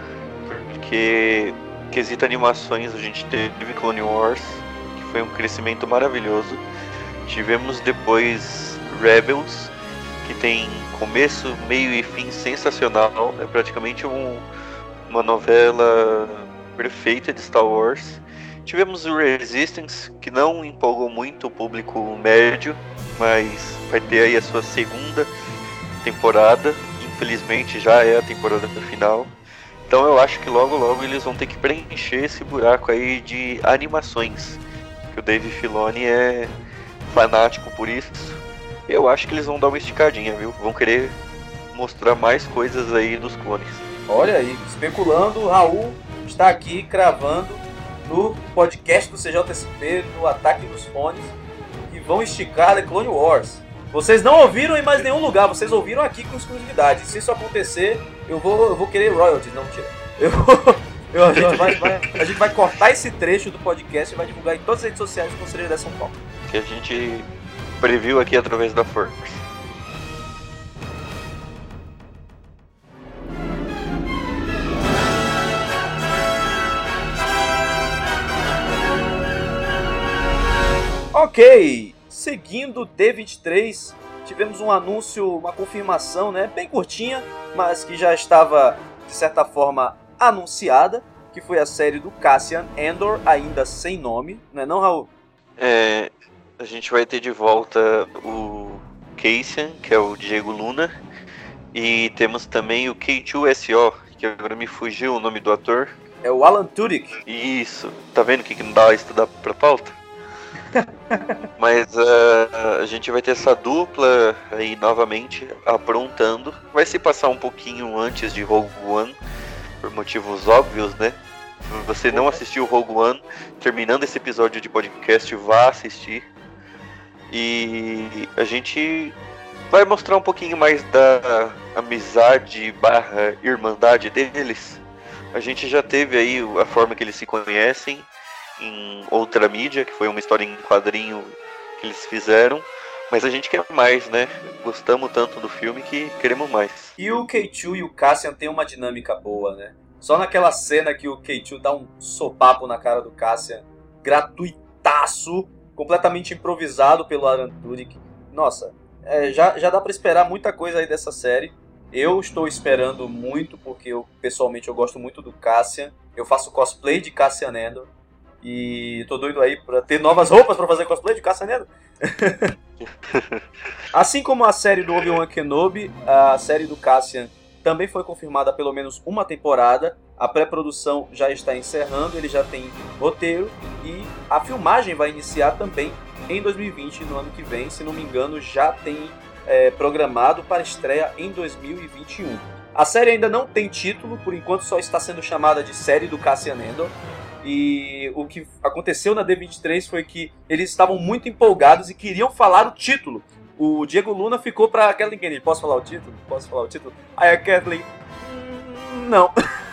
Porque quesito animações, a gente teve Clone Wars, que foi um crescimento maravilhoso. Tivemos depois Rebels, que tem começo, meio e fim sensacional. É praticamente uma novela perfeita de Star Wars. Tivemos o Resistance, que não empolgou muito o público médio, mas vai ter aí a sua segunda temporada. Infelizmente já é a temporada final. Então eu acho que logo logo eles vão ter que preencher esse buraco aí de animações. Que o Dave Filoni é fanático por isso. Eu acho que eles vão dar uma esticadinha, viu? Vão querer mostrar mais coisas aí dos clones. Olha aí, especulando, o Raul está aqui cravando no podcast do CJSP, no Ataque dos Fones, que vão esticar The Clone Wars. Vocês não ouviram em mais nenhum lugar, vocês ouviram aqui com exclusividade. Se isso acontecer, eu vou querer royalties, não, mentira. A gente vai cortar esse trecho do podcast e vai divulgar em todas as redes sociais do Conselho de São Paulo. Que a gente previu aqui através da Force. Ok, seguindo D23, tivemos um anúncio, uma confirmação, né, bem curtinha, mas que já estava, de certa forma, anunciada, que foi a série do Cassian Andor, ainda sem nome, não é não, Raul? A gente vai ter de volta o Cassian, que é o Diego Luna, e temos também o K2SO, que agora me fugiu o nome do ator. É o Alan Tudyk. Isso, tá vendo que não dá estudar pra pauta? Mas a gente vai ter essa dupla aí novamente aprontando. Vai se passar um pouquinho antes de Rogue One, por motivos óbvios, né? Se você não assistiu Rogue One, terminando esse episódio de podcast, vá assistir. E a gente vai mostrar um pouquinho mais da amizade / irmandade deles. A gente já teve aí a forma que eles se conhecem em outra mídia, que foi uma história em quadrinho que eles fizeram, mas a gente quer mais, né? Gostamos tanto do filme que queremos mais. E o K2 e o Cassian tem uma dinâmica boa, né? Só naquela cena que o K2 dá um sopapo na cara do Cassian, gratuitaço, completamente improvisado pelo Alan Tudyk. Nossa, já dá pra esperar muita coisa aí dessa série. Eu estou esperando muito, porque pessoalmente eu gosto muito do Cassian. Eu faço cosplay de Cassian Andor. E tô doido aí pra ter novas roupas pra fazer cosplay de Cassian Andor. Assim como a série do Obi-Wan Kenobi, a série do Cassian também foi confirmada há pelo menos uma temporada. A pré-produção já está encerrando, ele já tem roteiro e a filmagem vai iniciar também em 2020, no ano que vem. Se não me engano, já tem programado para estreia em 2021. A série ainda não tem título, por enquanto só está sendo chamada de série do Cassian Andor. E o que aconteceu na D23 foi que eles estavam muito empolgados e queriam falar o título. O Diego Luna ficou pra Kathleen Kennedy: posso falar o título? Posso falar o título? Aí a Kathleen: não.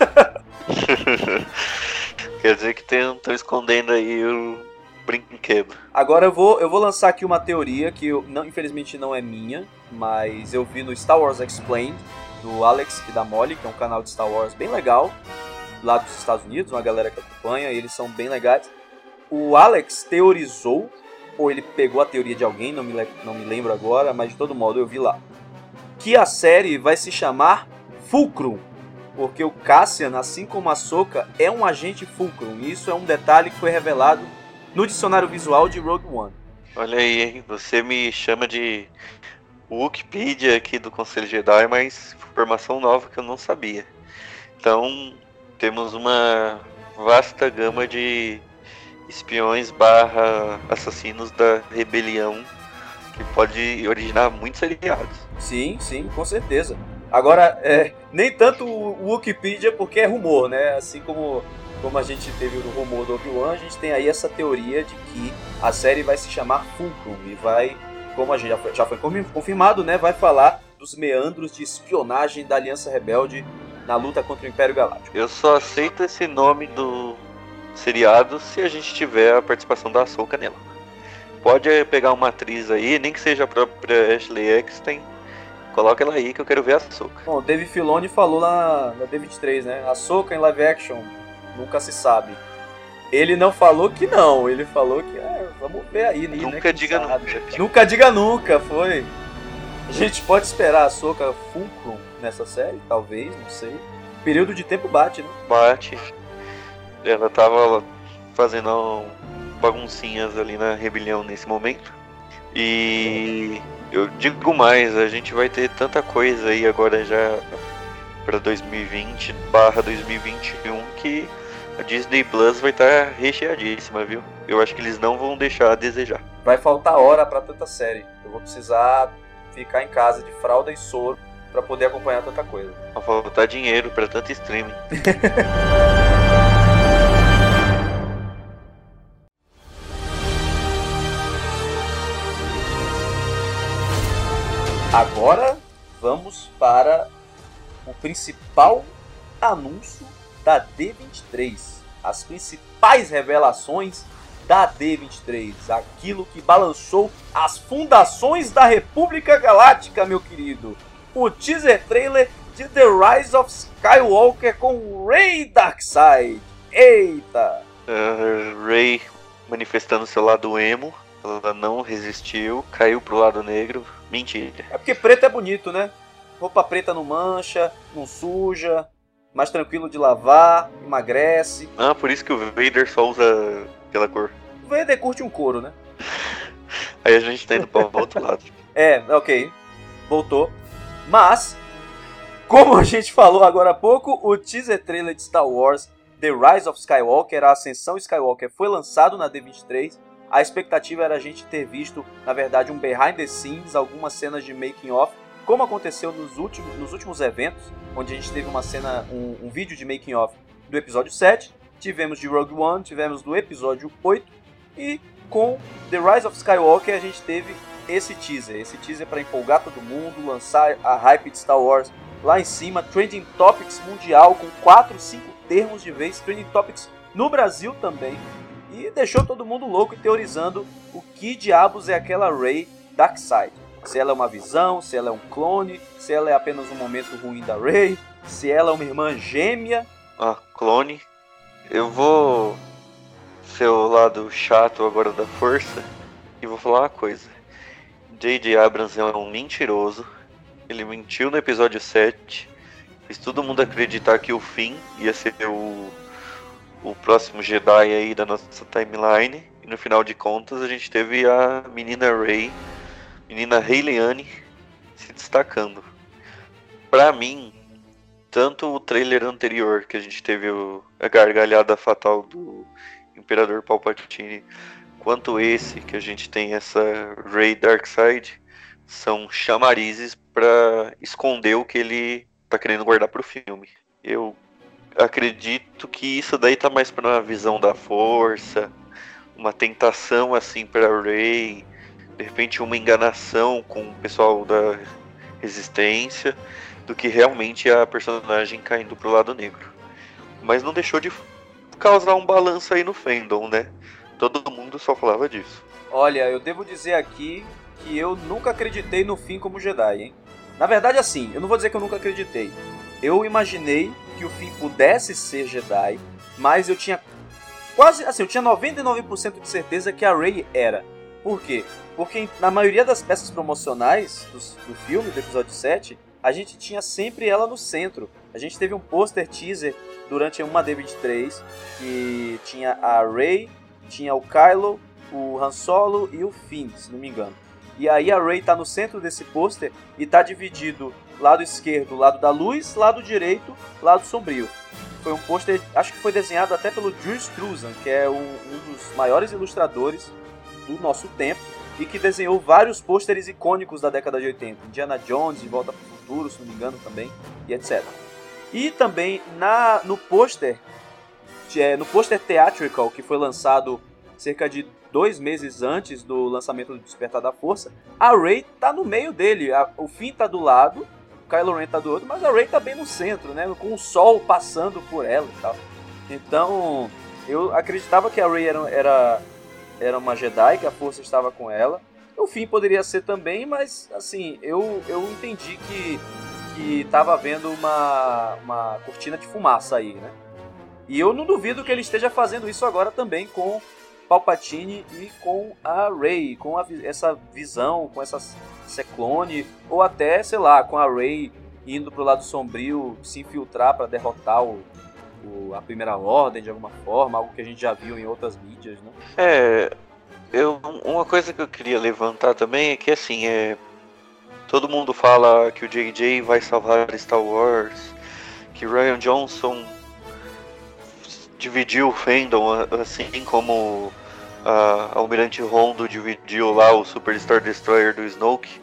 Quer dizer que estão escondendo aí o brinquedo. Agora eu vou lançar aqui uma teoria que infelizmente não é minha, mas eu vi no Star Wars Explained, do Alex e da Molly, que é um canal de Star Wars bem legal, lá dos Estados Unidos, uma galera que acompanha, e eles são bem legais. O Alex teorizou, ou ele pegou a teoria de alguém, não me lembro agora, mas de todo modo eu vi lá, que a série vai se chamar Fulcrum, porque o Cassian, assim como a Ahsoka, é um agente Fulcrum, e isso é um detalhe que foi revelado no dicionário visual de Rogue One. Olha aí, hein? Você me chama de Wikipedia aqui do Conselho Jedi, mas informação nova que eu não sabia. Então, temos uma vasta gama de espiões / assassinos da rebelião que pode originar muitos seriados. Sim, com certeza. Agora, nem tanto o Wikipedia, porque é rumor, né? Assim como a gente teve o rumor do Obi-Wan, a gente tem aí essa teoria de que a série vai se chamar Fulcrum e vai, como a gente já foi confirmado, né? Vai falar dos meandros de espionagem da Aliança Rebelde na luta contra o Império Galáctico. Eu só aceito esse nome do seriado se a gente tiver a participação da Ahsoka nela. Pode pegar uma atriz aí, nem que seja a própria Ashley Eckstein, coloca ela aí que eu quero ver a Ahsoka. Bom, o Dave Filoni falou na D23, né? Ahsoka em live action, nunca se sabe. Ele não falou que não, ele falou que vamos ver aí, né? Nunca diga nunca. Nunca diga nunca, foi. A gente pode esperar a Ahsoka Fulcrum nessa série? Talvez, não sei. O período de tempo bate, né? Bate. Ela tava fazendo baguncinhas ali na rebelião nesse momento. E eu digo mais, a gente vai ter tanta coisa aí agora já para 2020/2021 que a Disney Plus vai estar recheadíssima, viu? Eu acho que eles não vão deixar a desejar. Vai faltar hora pra tanta série. Eu vou precisar ficar em casa de fralda e soro pra poder acompanhar tanta coisa. Vai faltar dinheiro para tanto streaming. Agora vamos para o principal anúncio da D23. As principais revelações da D23. Aquilo que balançou as fundações da República Galáctica, meu querido. O teaser trailer de The Rise of Skywalker com Rey Darkseid. Eita! Rey manifestando seu lado emo. Ela não resistiu, caiu pro lado negro. Mentira. É porque preto é bonito, né? Roupa preta não mancha, não suja, mais tranquilo de lavar, emagrece. Ah, por isso que o Vader só usa aquela cor. O Vader curte um couro, né? Aí a gente tá indo pro outro lado. Ok. Voltou. Mas, como a gente falou agora há pouco, o teaser trailer de Star Wars The Rise of Skywalker, a Ascensão Skywalker, foi lançado na D23. A expectativa era a gente ter visto, na verdade, um behind the scenes, algumas cenas de making of, como aconteceu nos últimos eventos, onde a gente teve uma cena, um vídeo de making of do episódio 7, tivemos de Rogue One, tivemos do episódio 8, e com The Rise of Skywalker a gente teve esse teaser para empolgar todo mundo, lançar a hype de Star Wars lá em cima, Trending Topics mundial, com 4, 5 termos de vez, Trending Topics no Brasil também, e deixou todo mundo louco e teorizando o que diabos é aquela Rey Darkseid. Se ela é uma visão, se ela é um clone, se ela é apenas um momento ruim da Rey, se ela é uma irmã gêmea. Ah, clone. Eu vou ser o lado chato agora da força e vou falar uma coisa. J.J. Abrams é um mentiroso. Ele mentiu no episódio 7. Fez todo mundo acreditar que o Finn ia ser o próximo Jedi aí da nossa timeline. E no final de contas a gente teve a menina Rey, menina Reyliane, se destacando. Pra mim, tanto o trailer anterior, que a gente teve a gargalhada fatal do Imperador Palpatine, quanto esse, que a gente tem essa Rey Darkseid, são chamarizes pra esconder o que ele tá querendo guardar pro filme. Eu acredito que isso daí tá mais pra uma visão da força, uma tentação assim pra Rey, de repente uma enganação com o pessoal da resistência, do que realmente a personagem caindo pro lado negro. Mas não deixou de causar um balanço aí no fandom, né? Todo mundo só falava disso. Olha, eu devo dizer aqui que eu nunca acreditei no Finn como Jedi, hein? Na verdade, assim, eu não vou dizer que eu nunca acreditei. Eu imaginei que o Finn pudesse ser Jedi, mas eu tinha quase, assim, eu tinha 99% de certeza que a Rey era. Por quê? Porque na maioria das peças promocionais do filme, do episódio 7, a gente tinha sempre ela no centro. A gente teve um pôster teaser durante uma D23 que tinha a Rey, tinha o Kylo, o Han Solo e o Finn, se não me engano. E aí a Rey tá no centro desse pôster e tá dividido lado esquerdo, lado da luz, lado direito, lado sombrio. Foi um pôster, acho que foi desenhado até pelo Drew Struzan, que é um dos maiores ilustradores do nosso tempo e que desenhou vários pôsteres icônicos da década de 80. Indiana Jones, De Volta para o Futuro, se não me engano também, e etc. E também no pôster theatrical, que foi lançado cerca de 2 meses antes do lançamento do Despertar da Força, a Rey tá no meio dele, o Finn tá do lado, o Kylo Ren tá do outro, mas a Rey tá bem no centro, né, com o sol passando por ela e tal. Então, eu acreditava que a Rey era uma Jedi, que a Força estava com ela. O Finn poderia ser também, mas assim, eu entendi que tava havendo uma cortina de fumaça aí, né? E eu não duvido que ele esteja fazendo isso agora também com Palpatine e com a Rey, com essa visão, com essa clone, ou até, sei lá, com a Rey indo pro lado sombrio, se infiltrar para derrotar o a Primeira Ordem de alguma forma, algo que a gente já viu em outras mídias, né? Uma coisa que eu queria levantar também é que assim, todo mundo fala que o JJ vai salvar Star Wars, que Rian Johnson dividiu o fandom, assim como a Almirante Rondo dividiu lá o Super Star Destroyer do Snoke.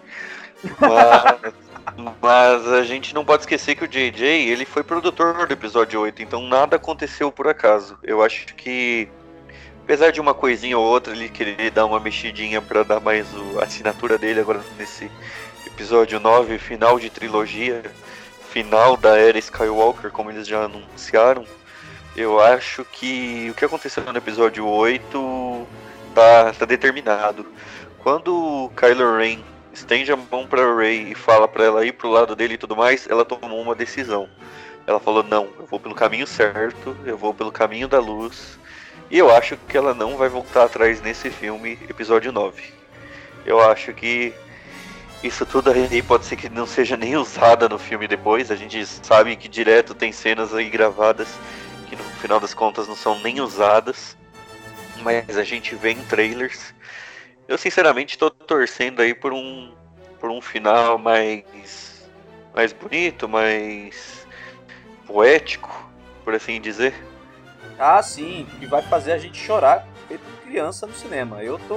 Mas a gente não pode esquecer que o JJ, ele foi produtor do episódio 8, então nada aconteceu por acaso. Eu acho que, apesar de uma coisinha ou outra ele querer dar uma mexidinha pra dar mais a assinatura dele agora nesse episódio 9, final de trilogia, final da era Skywalker, como eles já anunciaram, eu acho que o que aconteceu no episódio 8 tá determinado. Quando o Kylo Ren estende a mão pra Rey e fala pra ela ir pro lado dele e tudo mais, ela tomou uma decisão. Ela falou, não, eu vou pelo caminho certo, eu vou pelo caminho da luz, e eu acho que ela não vai voltar atrás nesse filme, episódio 9. Eu acho que isso tudo aí pode ser que não seja nem usada no filme depois, a gente sabe que direto tem cenas aí gravadas que no final das contas não são nem usadas, mas a gente vê em trailers. Eu sinceramente tô torcendo aí por um final mais bonito, mais poético, por assim dizer. Ah, sim, que vai fazer a gente chorar feito criança no cinema.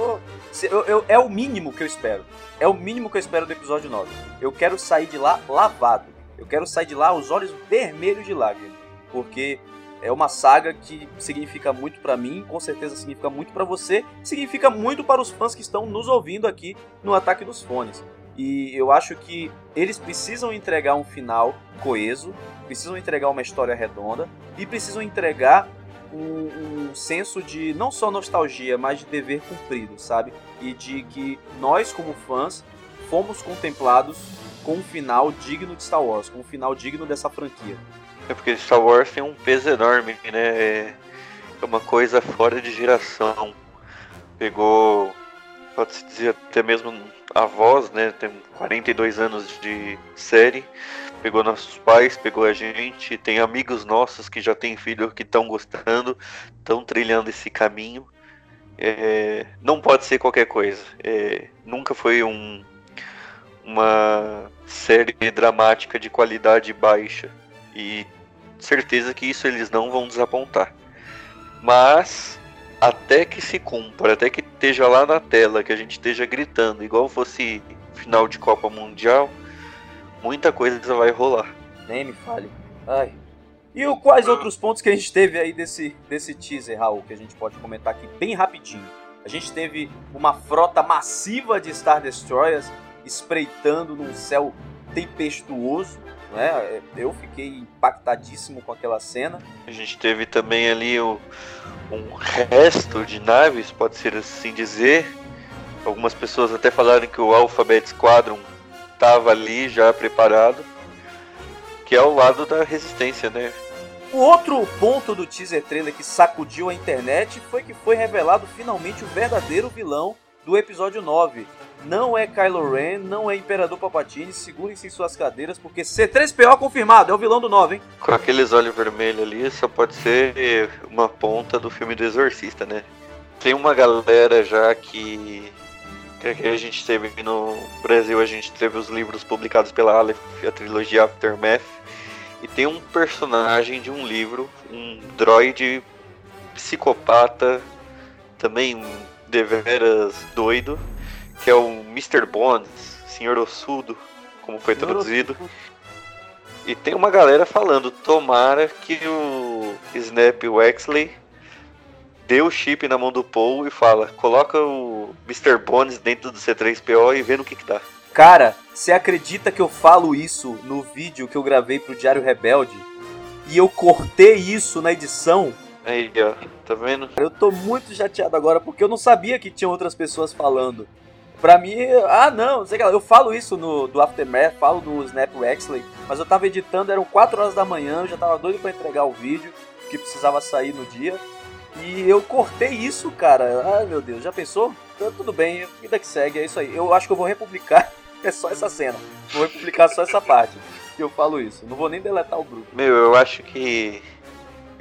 É o mínimo que eu espero. É o mínimo que eu espero do episódio 9. Eu quero sair de lá lavado. Eu quero sair de lá os olhos vermelhos de lágrimas. Porque é uma saga que significa muito pra mim, com certeza significa muito pra você, significa muito para os fãs que estão nos ouvindo aqui no Ataque dos Fones. E eu acho que eles precisam entregar um final coeso, precisam entregar uma história redonda e precisam entregar um senso de não só nostalgia, mas de dever cumprido, sabe? E de que nós, como fãs, fomos contemplados com um final digno de Star Wars, com um final digno dessa franquia. É porque Star Wars tem um peso enorme, né? É uma coisa fora de geração. Pegou, pode-se dizer até mesmo a voz, né? Tem 42 anos de série. Pegou nossos pais, pegou a gente. Tem amigos nossos que já têm filhos que estão gostando, estão trilhando esse caminho. Não pode ser qualquer coisa. Nunca foi uma série dramática de qualidade baixa. E certeza que isso eles não vão desapontar. Mas até que se cumpra, até que esteja lá na tela, que a gente esteja gritando, igual fosse final de Copa Mundial, muita coisa vai rolar. Nem me fale. Ai. E quais outros pontos que a gente teve aí desse teaser, Raul, que a gente pode comentar aqui bem rapidinho? A gente teve uma frota massiva de Star Destroyers espreitando num céu tempestuoso. Né? Eu fiquei impactadíssimo com aquela cena. A gente teve também ali um resto de naves, pode ser assim dizer. Algumas pessoas até falaram que o Alphabet Squadron estava ali já preparado, que é o lado da resistência, né? O outro ponto do teaser trailer que sacudiu a internet foi que foi revelado finalmente o verdadeiro vilão do episódio 9. Não é Kylo Ren, não é Imperador Palpatine, segurem-se em suas cadeiras, porque C3PO confirmado, é o vilão do 9, hein? Com aqueles olhos vermelhos ali, só pode ser uma ponta do filme do Exorcista, né? Tem uma galera já que a gente teve no Brasil, a gente teve os livros publicados pela Aleph, a trilogia Aftermath, e tem um personagem de um livro, um droide psicopata, também deveras doido, que é o Mr. Bones, Senhor Ossudo, como foi traduzido. E tem uma galera falando, tomara que o Snap Wexley dê o chip na mão do Paul e fala, coloca o Mr. Bones dentro do C3PO e vê no que dá. Cara, você acredita que eu falo isso no vídeo que eu gravei pro Diário Rebelde? E eu cortei isso na edição? Aí, ó, tá vendo? Eu tô muito chateado agora porque eu não sabia que tinha outras pessoas falando. Pra mim, não sei lá, eu falo isso do Aftermath, falo do Snap Wexley, mas eu tava editando, eram 4 horas da manhã, eu já tava doido pra entregar o vídeo, que precisava sair no dia, e eu cortei isso, cara. Ai, meu Deus, já pensou? Então, tudo bem, vida que segue, é isso aí. Eu acho que eu vou republicar, é só essa cena, vou republicar só essa parte, que eu falo isso, não vou nem deletar o grupo. Eu acho que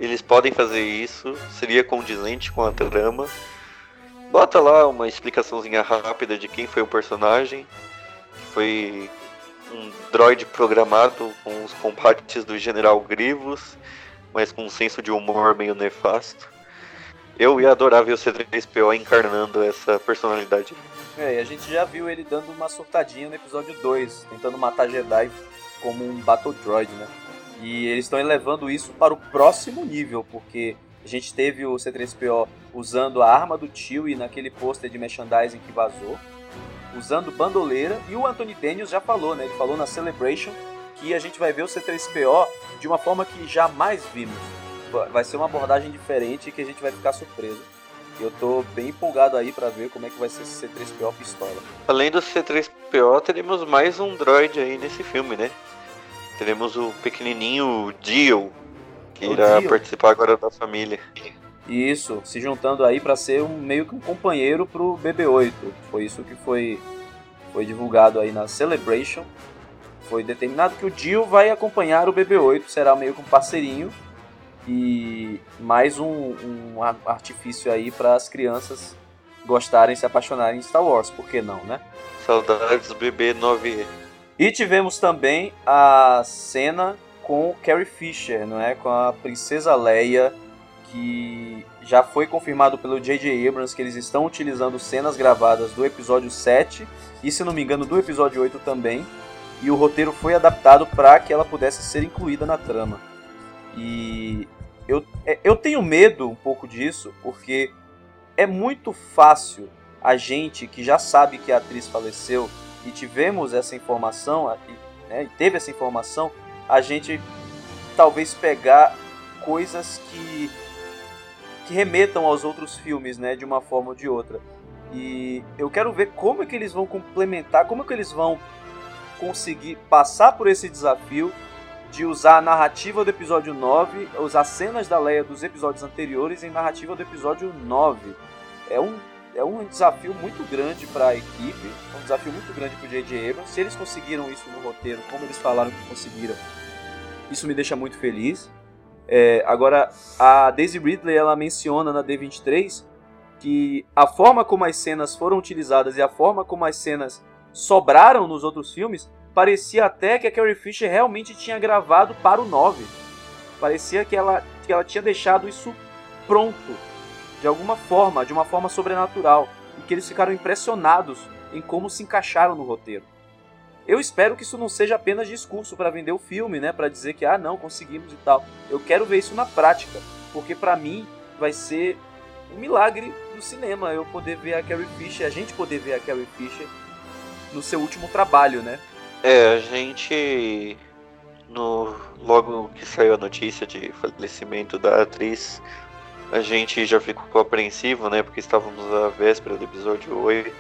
eles podem fazer isso, seria condizente com a trama. Bota lá uma explicaçãozinha rápida de quem foi o personagem. Foi um droid programado com os combates do General Grievous, mas com um senso de humor meio nefasto. Eu ia adorar ver o C3PO encarnando essa personalidade. E a gente já viu ele dando uma surtadinha no episódio 2, tentando matar Jedi como um Battle Droid, né? E eles estão elevando isso para o próximo nível, porque a gente teve o C3PO usando a arma do Chewie naquele pôster de merchandising que vazou, usando bandoleira, e o Anthony Daniels já falou, né? Ele falou na Celebration que a gente vai ver o C3PO de uma forma que jamais vimos. Vai ser uma abordagem diferente que a gente vai ficar surpreso. Eu tô bem empolgado aí pra ver como é que vai ser esse C3PO pistola. Além do C3PO, teremos mais um droid aí nesse filme, né? Teremos o pequenininho Dio, que irá participar agora da família. Isso, se juntando aí pra ser meio que um companheiro pro BB-8. Foi isso que foi divulgado aí na Celebration. Foi determinado que o Dio vai acompanhar o BB-8, será meio que um parceirinho. E mais um artifício aí para as crianças gostarem, se apaixonarem em Star Wars, por que não, né? Saudades do BB-9. E tivemos também a cena com Carrie Fisher, não é? Com a Princesa Leia, que já foi confirmado pelo J.J. Abrams que eles estão utilizando cenas gravadas do episódio 7 e, se não me engano, do episódio 8 também, e o roteiro foi adaptado para que ela pudesse ser incluída na trama. E eu tenho medo um pouco disso, porque é muito fácil a gente que já sabe que a atriz faleceu e tivemos essa informação, né, e teve essa informação, a gente talvez pegar coisas que remetam aos outros filmes, né, de uma forma ou de outra. E eu quero ver como é que eles vão complementar, como é que eles vão conseguir passar por esse desafio de usar a narrativa do episódio 9, usar cenas da Leia dos episódios anteriores em narrativa do episódio 9. É um desafio muito grande para a equipe, é um desafio muito grande para o J.J. Abrams. Se eles conseguiram isso no roteiro, como eles falaram que conseguiram, isso me deixa muito feliz. Agora, a Daisy Ridley, ela menciona na D23 que a forma como as cenas foram utilizadas e a forma como as cenas sobraram nos outros filmes, parecia até que a Carrie Fisher realmente tinha gravado para o 9. Parecia que ela tinha deixado isso pronto, de alguma forma, de uma forma sobrenatural, e que eles ficaram impressionados em como se encaixaram no roteiro. Eu espero que isso não seja apenas discurso para vender o filme, né, para dizer que não, conseguimos e tal. Eu quero ver isso na prática, porque para mim vai ser um milagre do cinema eu poder ver a Carrie Fisher, a gente poder ver a Carrie Fisher no seu último trabalho, né? A gente, logo que saiu a notícia de falecimento da atriz, a gente já ficou apreensivo, né, porque estávamos à véspera do episódio 8,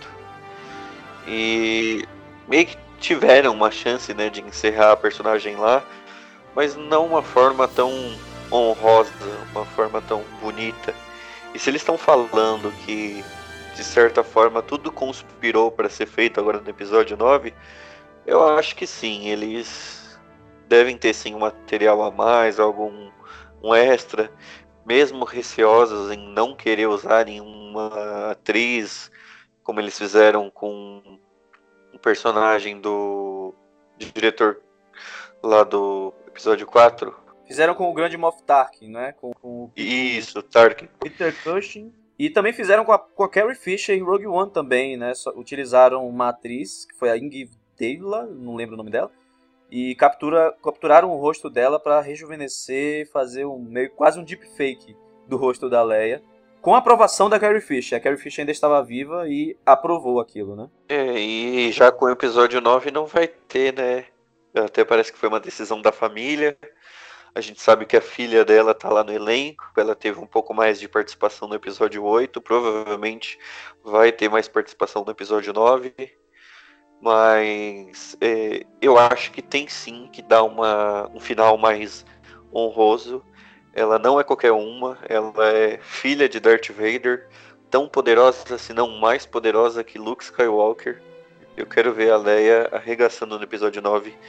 e meio que tiveram uma chance, né, de encerrar a personagem lá, mas não uma forma tão honrosa, uma forma tão bonita. E se eles estão falando que, de certa forma, tudo conspirou para ser feito agora no episódio 9, eu acho que sim, eles devem ter sim um material a mais, um extra, mesmo receosos em não querer usarem uma atriz, como eles fizeram com o personagem do diretor lá do episódio 4. Fizeram com o grande Moff Tarkin, né? Com Isso, Tarkin. Peter Cushing. E também fizeram com a Carrie Fisher em Rogue One também, né? Utilizaram uma atriz, que foi a Ingrid Taylor, não lembro o nome dela, e capturaram o rosto dela para rejuvenescer, fazer quase um deepfake do rosto da Leia, com a aprovação da Carrie Fisher. A Carrie Fisher ainda estava viva e aprovou aquilo, né? E já com o episódio 9 não vai ter, né? Até parece que foi uma decisão da família. A gente sabe que a filha dela tá lá no elenco, ela teve um pouco mais de participação no episódio 8, provavelmente vai ter mais participação no episódio 9. Mas eu acho que tem sim que dar um final mais honroso. Ela não é qualquer uma, ela é filha de Darth Vader, tão poderosa, se não mais poderosa que Luke Skywalker. Eu quero ver a Leia arregaçando no episódio 9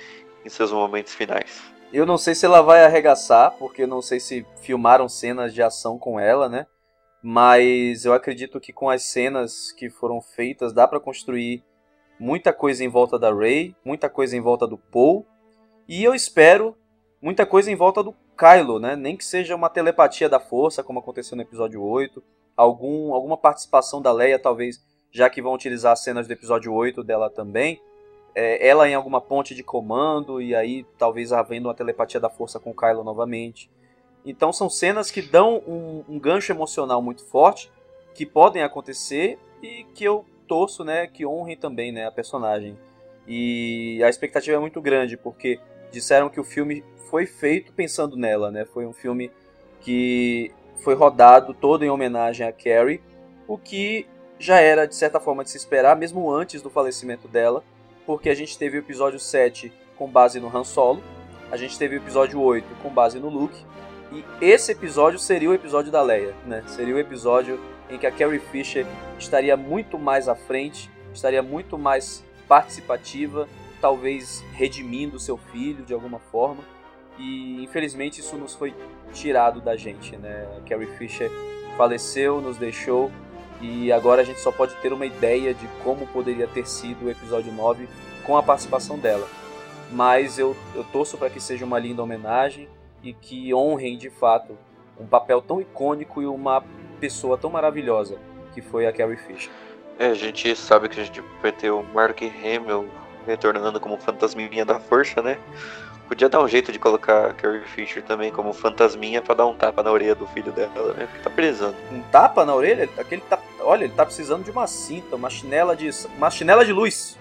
em seus momentos finais. Eu não sei se ela vai arregaçar, porque não sei se filmaram cenas de ação com ela, né? Mas eu acredito que com as cenas que foram feitas dá pra construir muita coisa em volta da Rey, muita coisa em volta do Poe, e eu espero muita coisa em volta do Kylo, né? Nem que seja uma telepatia da força, como aconteceu no episódio 8, alguma participação da Leia, talvez, já que vão utilizar as cenas do episódio 8 dela também, ela em alguma ponte de comando, e aí talvez havendo uma telepatia da força com o Kylo novamente. Então são cenas que dão um gancho emocional muito forte, que podem acontecer e que eu torço, né, que honrem também, né, a personagem. E a expectativa é muito grande, porque disseram que o filme foi feito pensando nela, né? Foi um filme que foi rodado todo em homenagem a Carrie, o que já era de certa forma de se esperar, mesmo antes do falecimento dela, porque a gente teve o episódio 7 com base no Han Solo, a gente teve o episódio 8 com base no Luke, e esse episódio seria o episódio da Leia, né? Seria o episódio em que a Carrie Fisher estaria muito mais à frente, estaria muito mais participativa, talvez redimindo seu filho de alguma forma, e infelizmente isso nos foi tirado da gente, né? A Carrie Fisher faleceu, nos deixou, e agora a gente só pode ter uma ideia de como poderia ter sido o episódio 9 com a participação dela. Mas eu torço para que seja uma linda homenagem e que honrem de fato um papel tão icônico e uma pessoa tão maravilhosa que foi a Carrie Fisher. A gente sabe que a gente vai ter o Mark Hamill retornando como fantasminha da força, né? Podia dar um jeito de colocar a Carrie Fisher também como fantasminha pra dar um tapa na orelha do filho dela, né? Porque tá precisando. Um tapa na orelha? Olha, ele tá precisando de uma cinta, uma chinela de luz.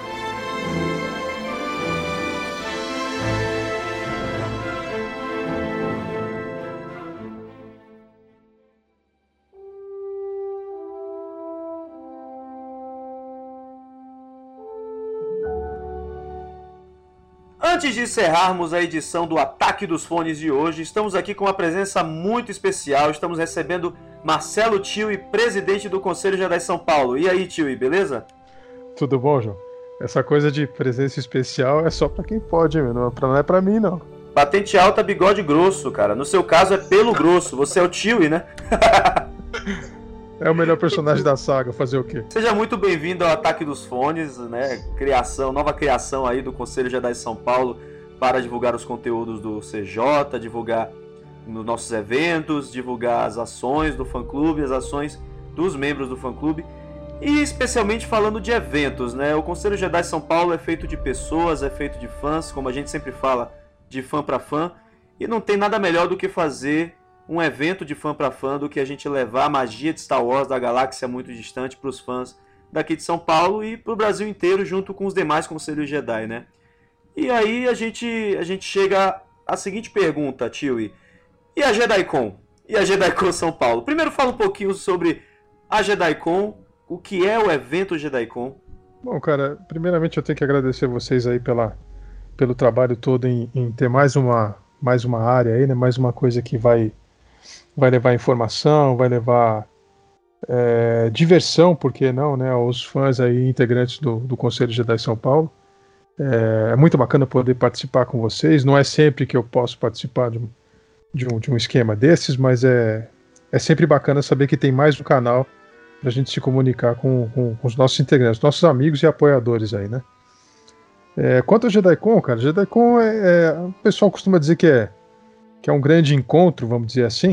Antes de encerrarmos a edição do Ataque dos Fones de hoje, estamos aqui com uma presença muito especial. Estamos recebendo Marcelo Thiui, presidente do Conselho Jedi São Paulo. E aí, Thiui, beleza? Tudo bom, João? Essa coisa de presença especial é só pra quem pode, não é pra mim, não. Patente alta, bigode grosso, cara. No seu caso é pelo grosso. Você é o Thiui, né? É o melhor personagem da saga, fazer o quê? Seja muito bem-vindo ao Ataque dos Fones, né? Nova criação aí do Conselho Jedi São Paulo para divulgar os conteúdos do CJ, divulgar nos nossos eventos, divulgar as ações do fã-clube, as ações dos membros do fã-clube e especialmente falando de eventos, né? O Conselho Jedi São Paulo é feito de pessoas, é feito de fãs, como a gente sempre fala, de fã para fã, e não tem nada melhor do que fazer um evento de fã para fã do que a gente levar a magia de Star Wars da galáxia muito distante para os fãs daqui de São Paulo e para o Brasil inteiro junto com os demais conselhos Jedi, né? E aí a gente chega à seguinte pergunta, Thiui. E a JediCon? E a JediCon São Paulo? Primeiro fala um pouquinho sobre a JediCon, o que é o evento JediCon. Bom, cara, primeiramente eu tenho que agradecer vocês aí pelo trabalho todo em ter mais uma área aí, né? Mais uma coisa que vai levar informação, vai levar diversão, por que não, né, aos fãs aí, integrantes do Conselho Jedi São Paulo. É muito bacana poder participar com vocês, não é sempre que eu posso participar de um esquema desses, mas é sempre bacana saber que tem mais um canal pra gente se comunicar com os nossos integrantes, nossos amigos e apoiadores aí, né. Quanto ao JediCon, cara, JediCon o pessoal costuma dizer que é um grande encontro, vamos dizer assim,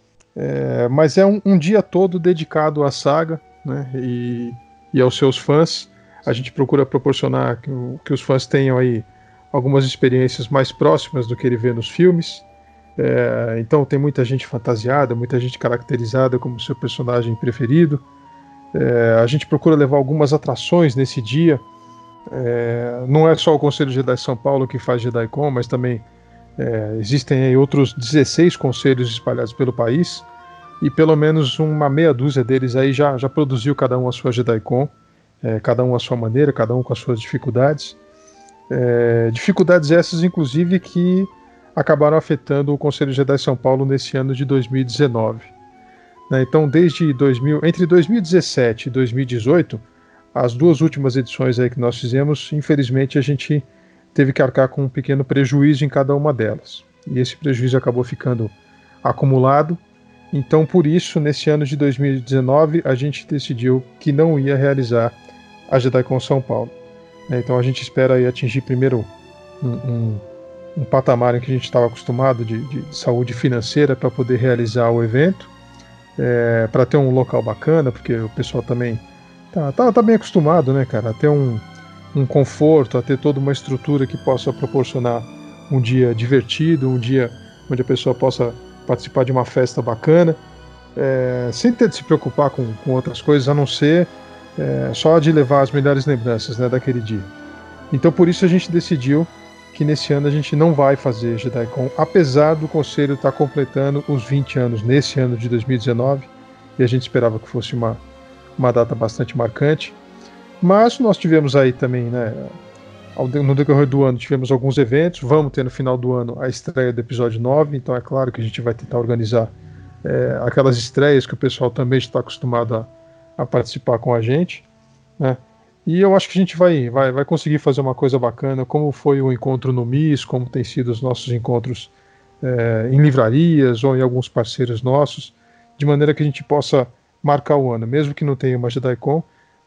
mas é um dia todo dedicado à saga, né, e aos seus fãs. A gente procura proporcionar que os fãs tenham aí algumas experiências mais próximas do que ele vê nos filmes. Então tem muita gente fantasiada, muita gente caracterizada como seu personagem preferido. A gente procura levar algumas atrações nesse dia. Não é só o Conselho Jedi São Paulo que faz JediCon, mas também existem aí outros 16 conselhos espalhados pelo país, e pelo menos uma meia dúzia deles aí já produziu cada um a sua JediCon, cada um à sua maneira, cada um com as suas dificuldades. Dificuldades essas, inclusive, que acabaram afetando o Conselho Jedi São Paulo nesse ano de 2019. Então, entre 2017 e 2018, as duas últimas edições aí que nós fizemos, infelizmente a gente teve que arcar com um pequeno prejuízo em cada uma delas. E esse prejuízo acabou ficando acumulado. Então, por isso, nesse ano de 2019, a gente decidiu que não ia realizar a JediCon São Paulo. Então, a gente espera aí atingir primeiro um patamar em que a gente estava acostumado de saúde financeira para poder realizar o evento, para ter um local bacana, porque o pessoal também tá bem acostumado, né, cara, a ter um conforto, a ter toda uma estrutura que possa proporcionar um dia divertido, um dia onde a pessoa possa participar de uma festa bacana, sem ter de se preocupar com outras coisas, a não ser só de levar as melhores lembranças, né, daquele dia. Então, por isso a gente decidiu que nesse ano a gente não vai fazer JediCon, apesar do Conselho estar completando os 20 anos nesse ano de 2019, e a gente esperava que fosse uma data bastante marcante. Mas nós tivemos aí também, né, no decorrer do ano, tivemos alguns eventos. Vamos ter no final do ano a estreia do episódio 9, então é claro que a gente vai tentar organizar aquelas estreias que o pessoal também está acostumado a participar com a gente, né? E eu acho que a gente vai conseguir fazer uma coisa bacana, como foi o encontro no MIS, como tem sido os nossos encontros em livrarias ou em alguns parceiros nossos, de maneira que a gente possa marcar o ano, mesmo que não tenha uma JediCon.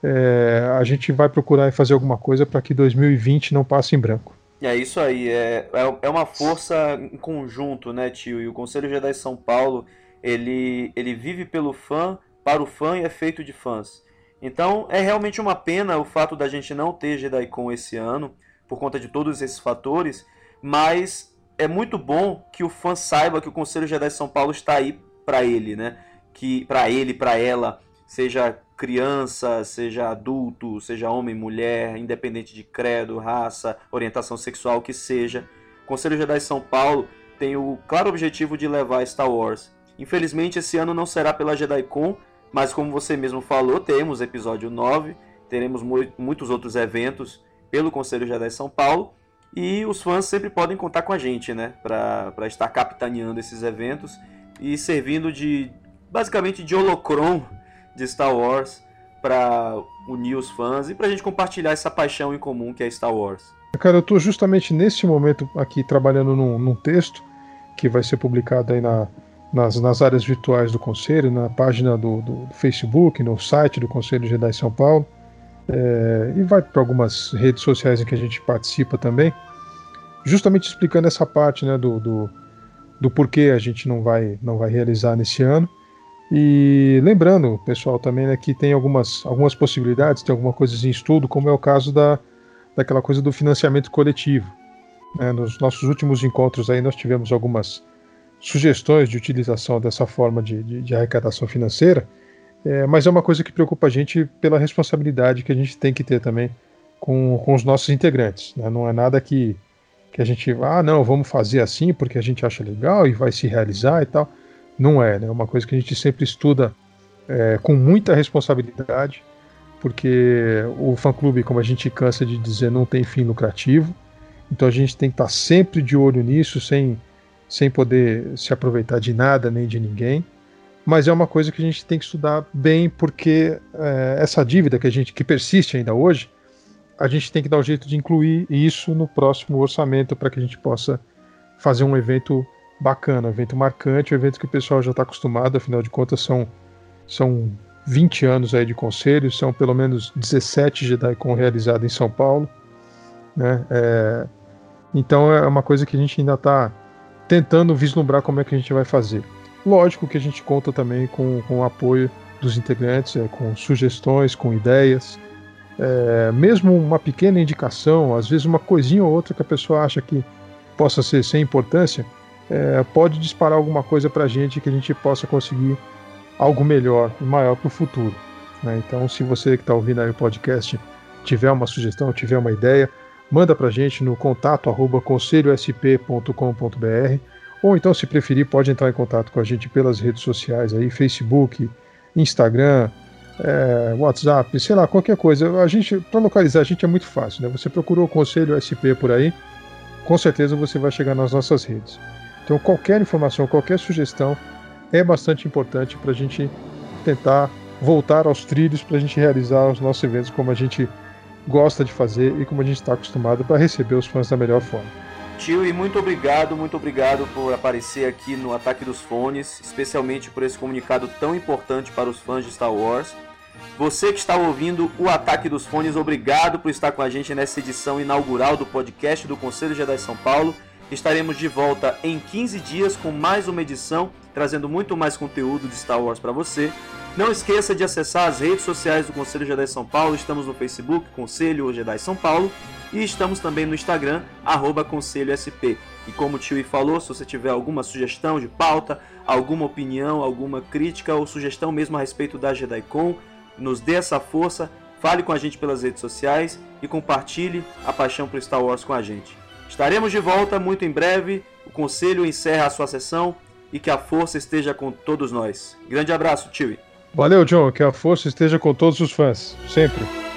A gente vai procurar fazer alguma coisa para que 2020 não passe em branco. É isso aí, é uma força em conjunto, né, tio? E o Conselho Jedi São Paulo, ele vive pelo fã, para o fã e é feito de fãs. Então é realmente uma pena o fato da gente não ter JediCon esse ano, por conta de todos esses fatores, mas é muito bom que o fã saiba que o Conselho Jedi São Paulo está aí para ele, né? Que para ele, para ela, seja criança, seja adulto, seja homem, mulher, independente de credo, raça, orientação sexual, que seja. O Conselho Jedi São Paulo tem o claro objetivo de levar Star Wars. Infelizmente esse ano não será pela JediCon, mas como você mesmo falou, temos episódio 9, teremos muitos outros eventos pelo Conselho Jedi São Paulo, e os fãs sempre podem contar com a gente, né, para estar capitaneando esses eventos e servindo basicamente de holocron de Star Wars para unir os fãs e para a gente compartilhar essa paixão em comum que é Star Wars. Cara, eu estou justamente nesse momento aqui trabalhando num texto que vai ser publicado aí nas áreas virtuais do Conselho, na página do Facebook, no site do Conselho Jedi São Paulo, e vai para algumas redes sociais em que a gente participa também, justamente explicando essa parte, né, do porquê a gente não vai realizar nesse ano. E lembrando, pessoal, também, né, que tem algumas possibilidades, tem alguma coisa em estudo, como é o caso daquela coisa do financiamento coletivo. Nos nossos últimos encontros aí nós tivemos algumas sugestões de utilização dessa forma de arrecadação financeira, mas é uma coisa que preocupa a gente pela responsabilidade que a gente tem que ter também com os nossos integrantes, né? Não é nada que a gente não, vamos fazer assim porque a gente acha legal e vai se realizar e tal. Não é, né? É uma coisa que a gente sempre estuda com muita responsabilidade, porque o fã-clube, como a gente cansa de dizer, não tem fim lucrativo, então a gente tem que estar sempre de olho nisso, sem poder se aproveitar de nada nem de ninguém, mas é uma coisa que a gente tem que estudar bem, porque essa dívida que persiste ainda hoje, a gente tem que dar um jeito de incluir isso no próximo orçamento para que a gente possa fazer um evento bacana, um evento marcante, um evento que o pessoal já está acostumado, afinal de contas são 20 anos aí de conselho, são pelo menos 17 JediCon realizados em São Paulo, né? Então é uma coisa que a gente ainda está tentando vislumbrar como é que a gente vai fazer. Lógico que a gente conta também com o apoio dos integrantes, com sugestões, com ideias, mesmo uma pequena indicação, às vezes uma coisinha ou outra que a pessoa acha que possa ser sem importância, pode disparar alguma coisa para a gente que a gente possa conseguir algo melhor e maior para o futuro, né? Então, se você que está ouvindo aí o podcast tiver uma sugestão, tiver uma ideia, manda para a gente no contato@conselhosp.com.br, ou então, se preferir, pode entrar em contato com a gente pelas redes sociais aí, Facebook, Instagram, WhatsApp, sei lá, qualquer coisa. Para localizar a gente é muito fácil, né? Você procurou o Conselho SP por aí, com certeza você vai chegar nas nossas redes. Então, qualquer informação, qualquer sugestão é bastante importante para a gente tentar voltar aos trilhos, para a gente realizar os nossos eventos como a gente gosta de fazer e como a gente está acostumado para receber os fãs da melhor forma. Tio, e muito obrigado por aparecer aqui no Ataque dos Fones, especialmente por esse comunicado tão importante para os fãs de Star Wars. Você que está ouvindo o Ataque dos Fones, obrigado por estar com a gente nessa edição inaugural do podcast do Conselho Jedi São Paulo. Estaremos de volta em 15 dias com mais uma edição, trazendo muito mais conteúdo de Star Wars para você. Não esqueça de acessar as redes sociais do Conselho Jedi São Paulo. Estamos no Facebook, Conselho Jedi São Paulo, e estamos também no Instagram, @ConselhoSP. E como o Tio falou, se você tiver alguma sugestão de pauta, alguma opinião, alguma crítica ou sugestão mesmo a respeito da JediCon, nos dê essa força, fale com a gente pelas redes sociais e compartilhe a paixão por Star Wars com a gente. Estaremos de volta muito em breve. O Conselho encerra a sua sessão e que a força esteja com todos nós. Grande abraço, Tio. Valeu, John. Que a força esteja com todos os fãs. Sempre.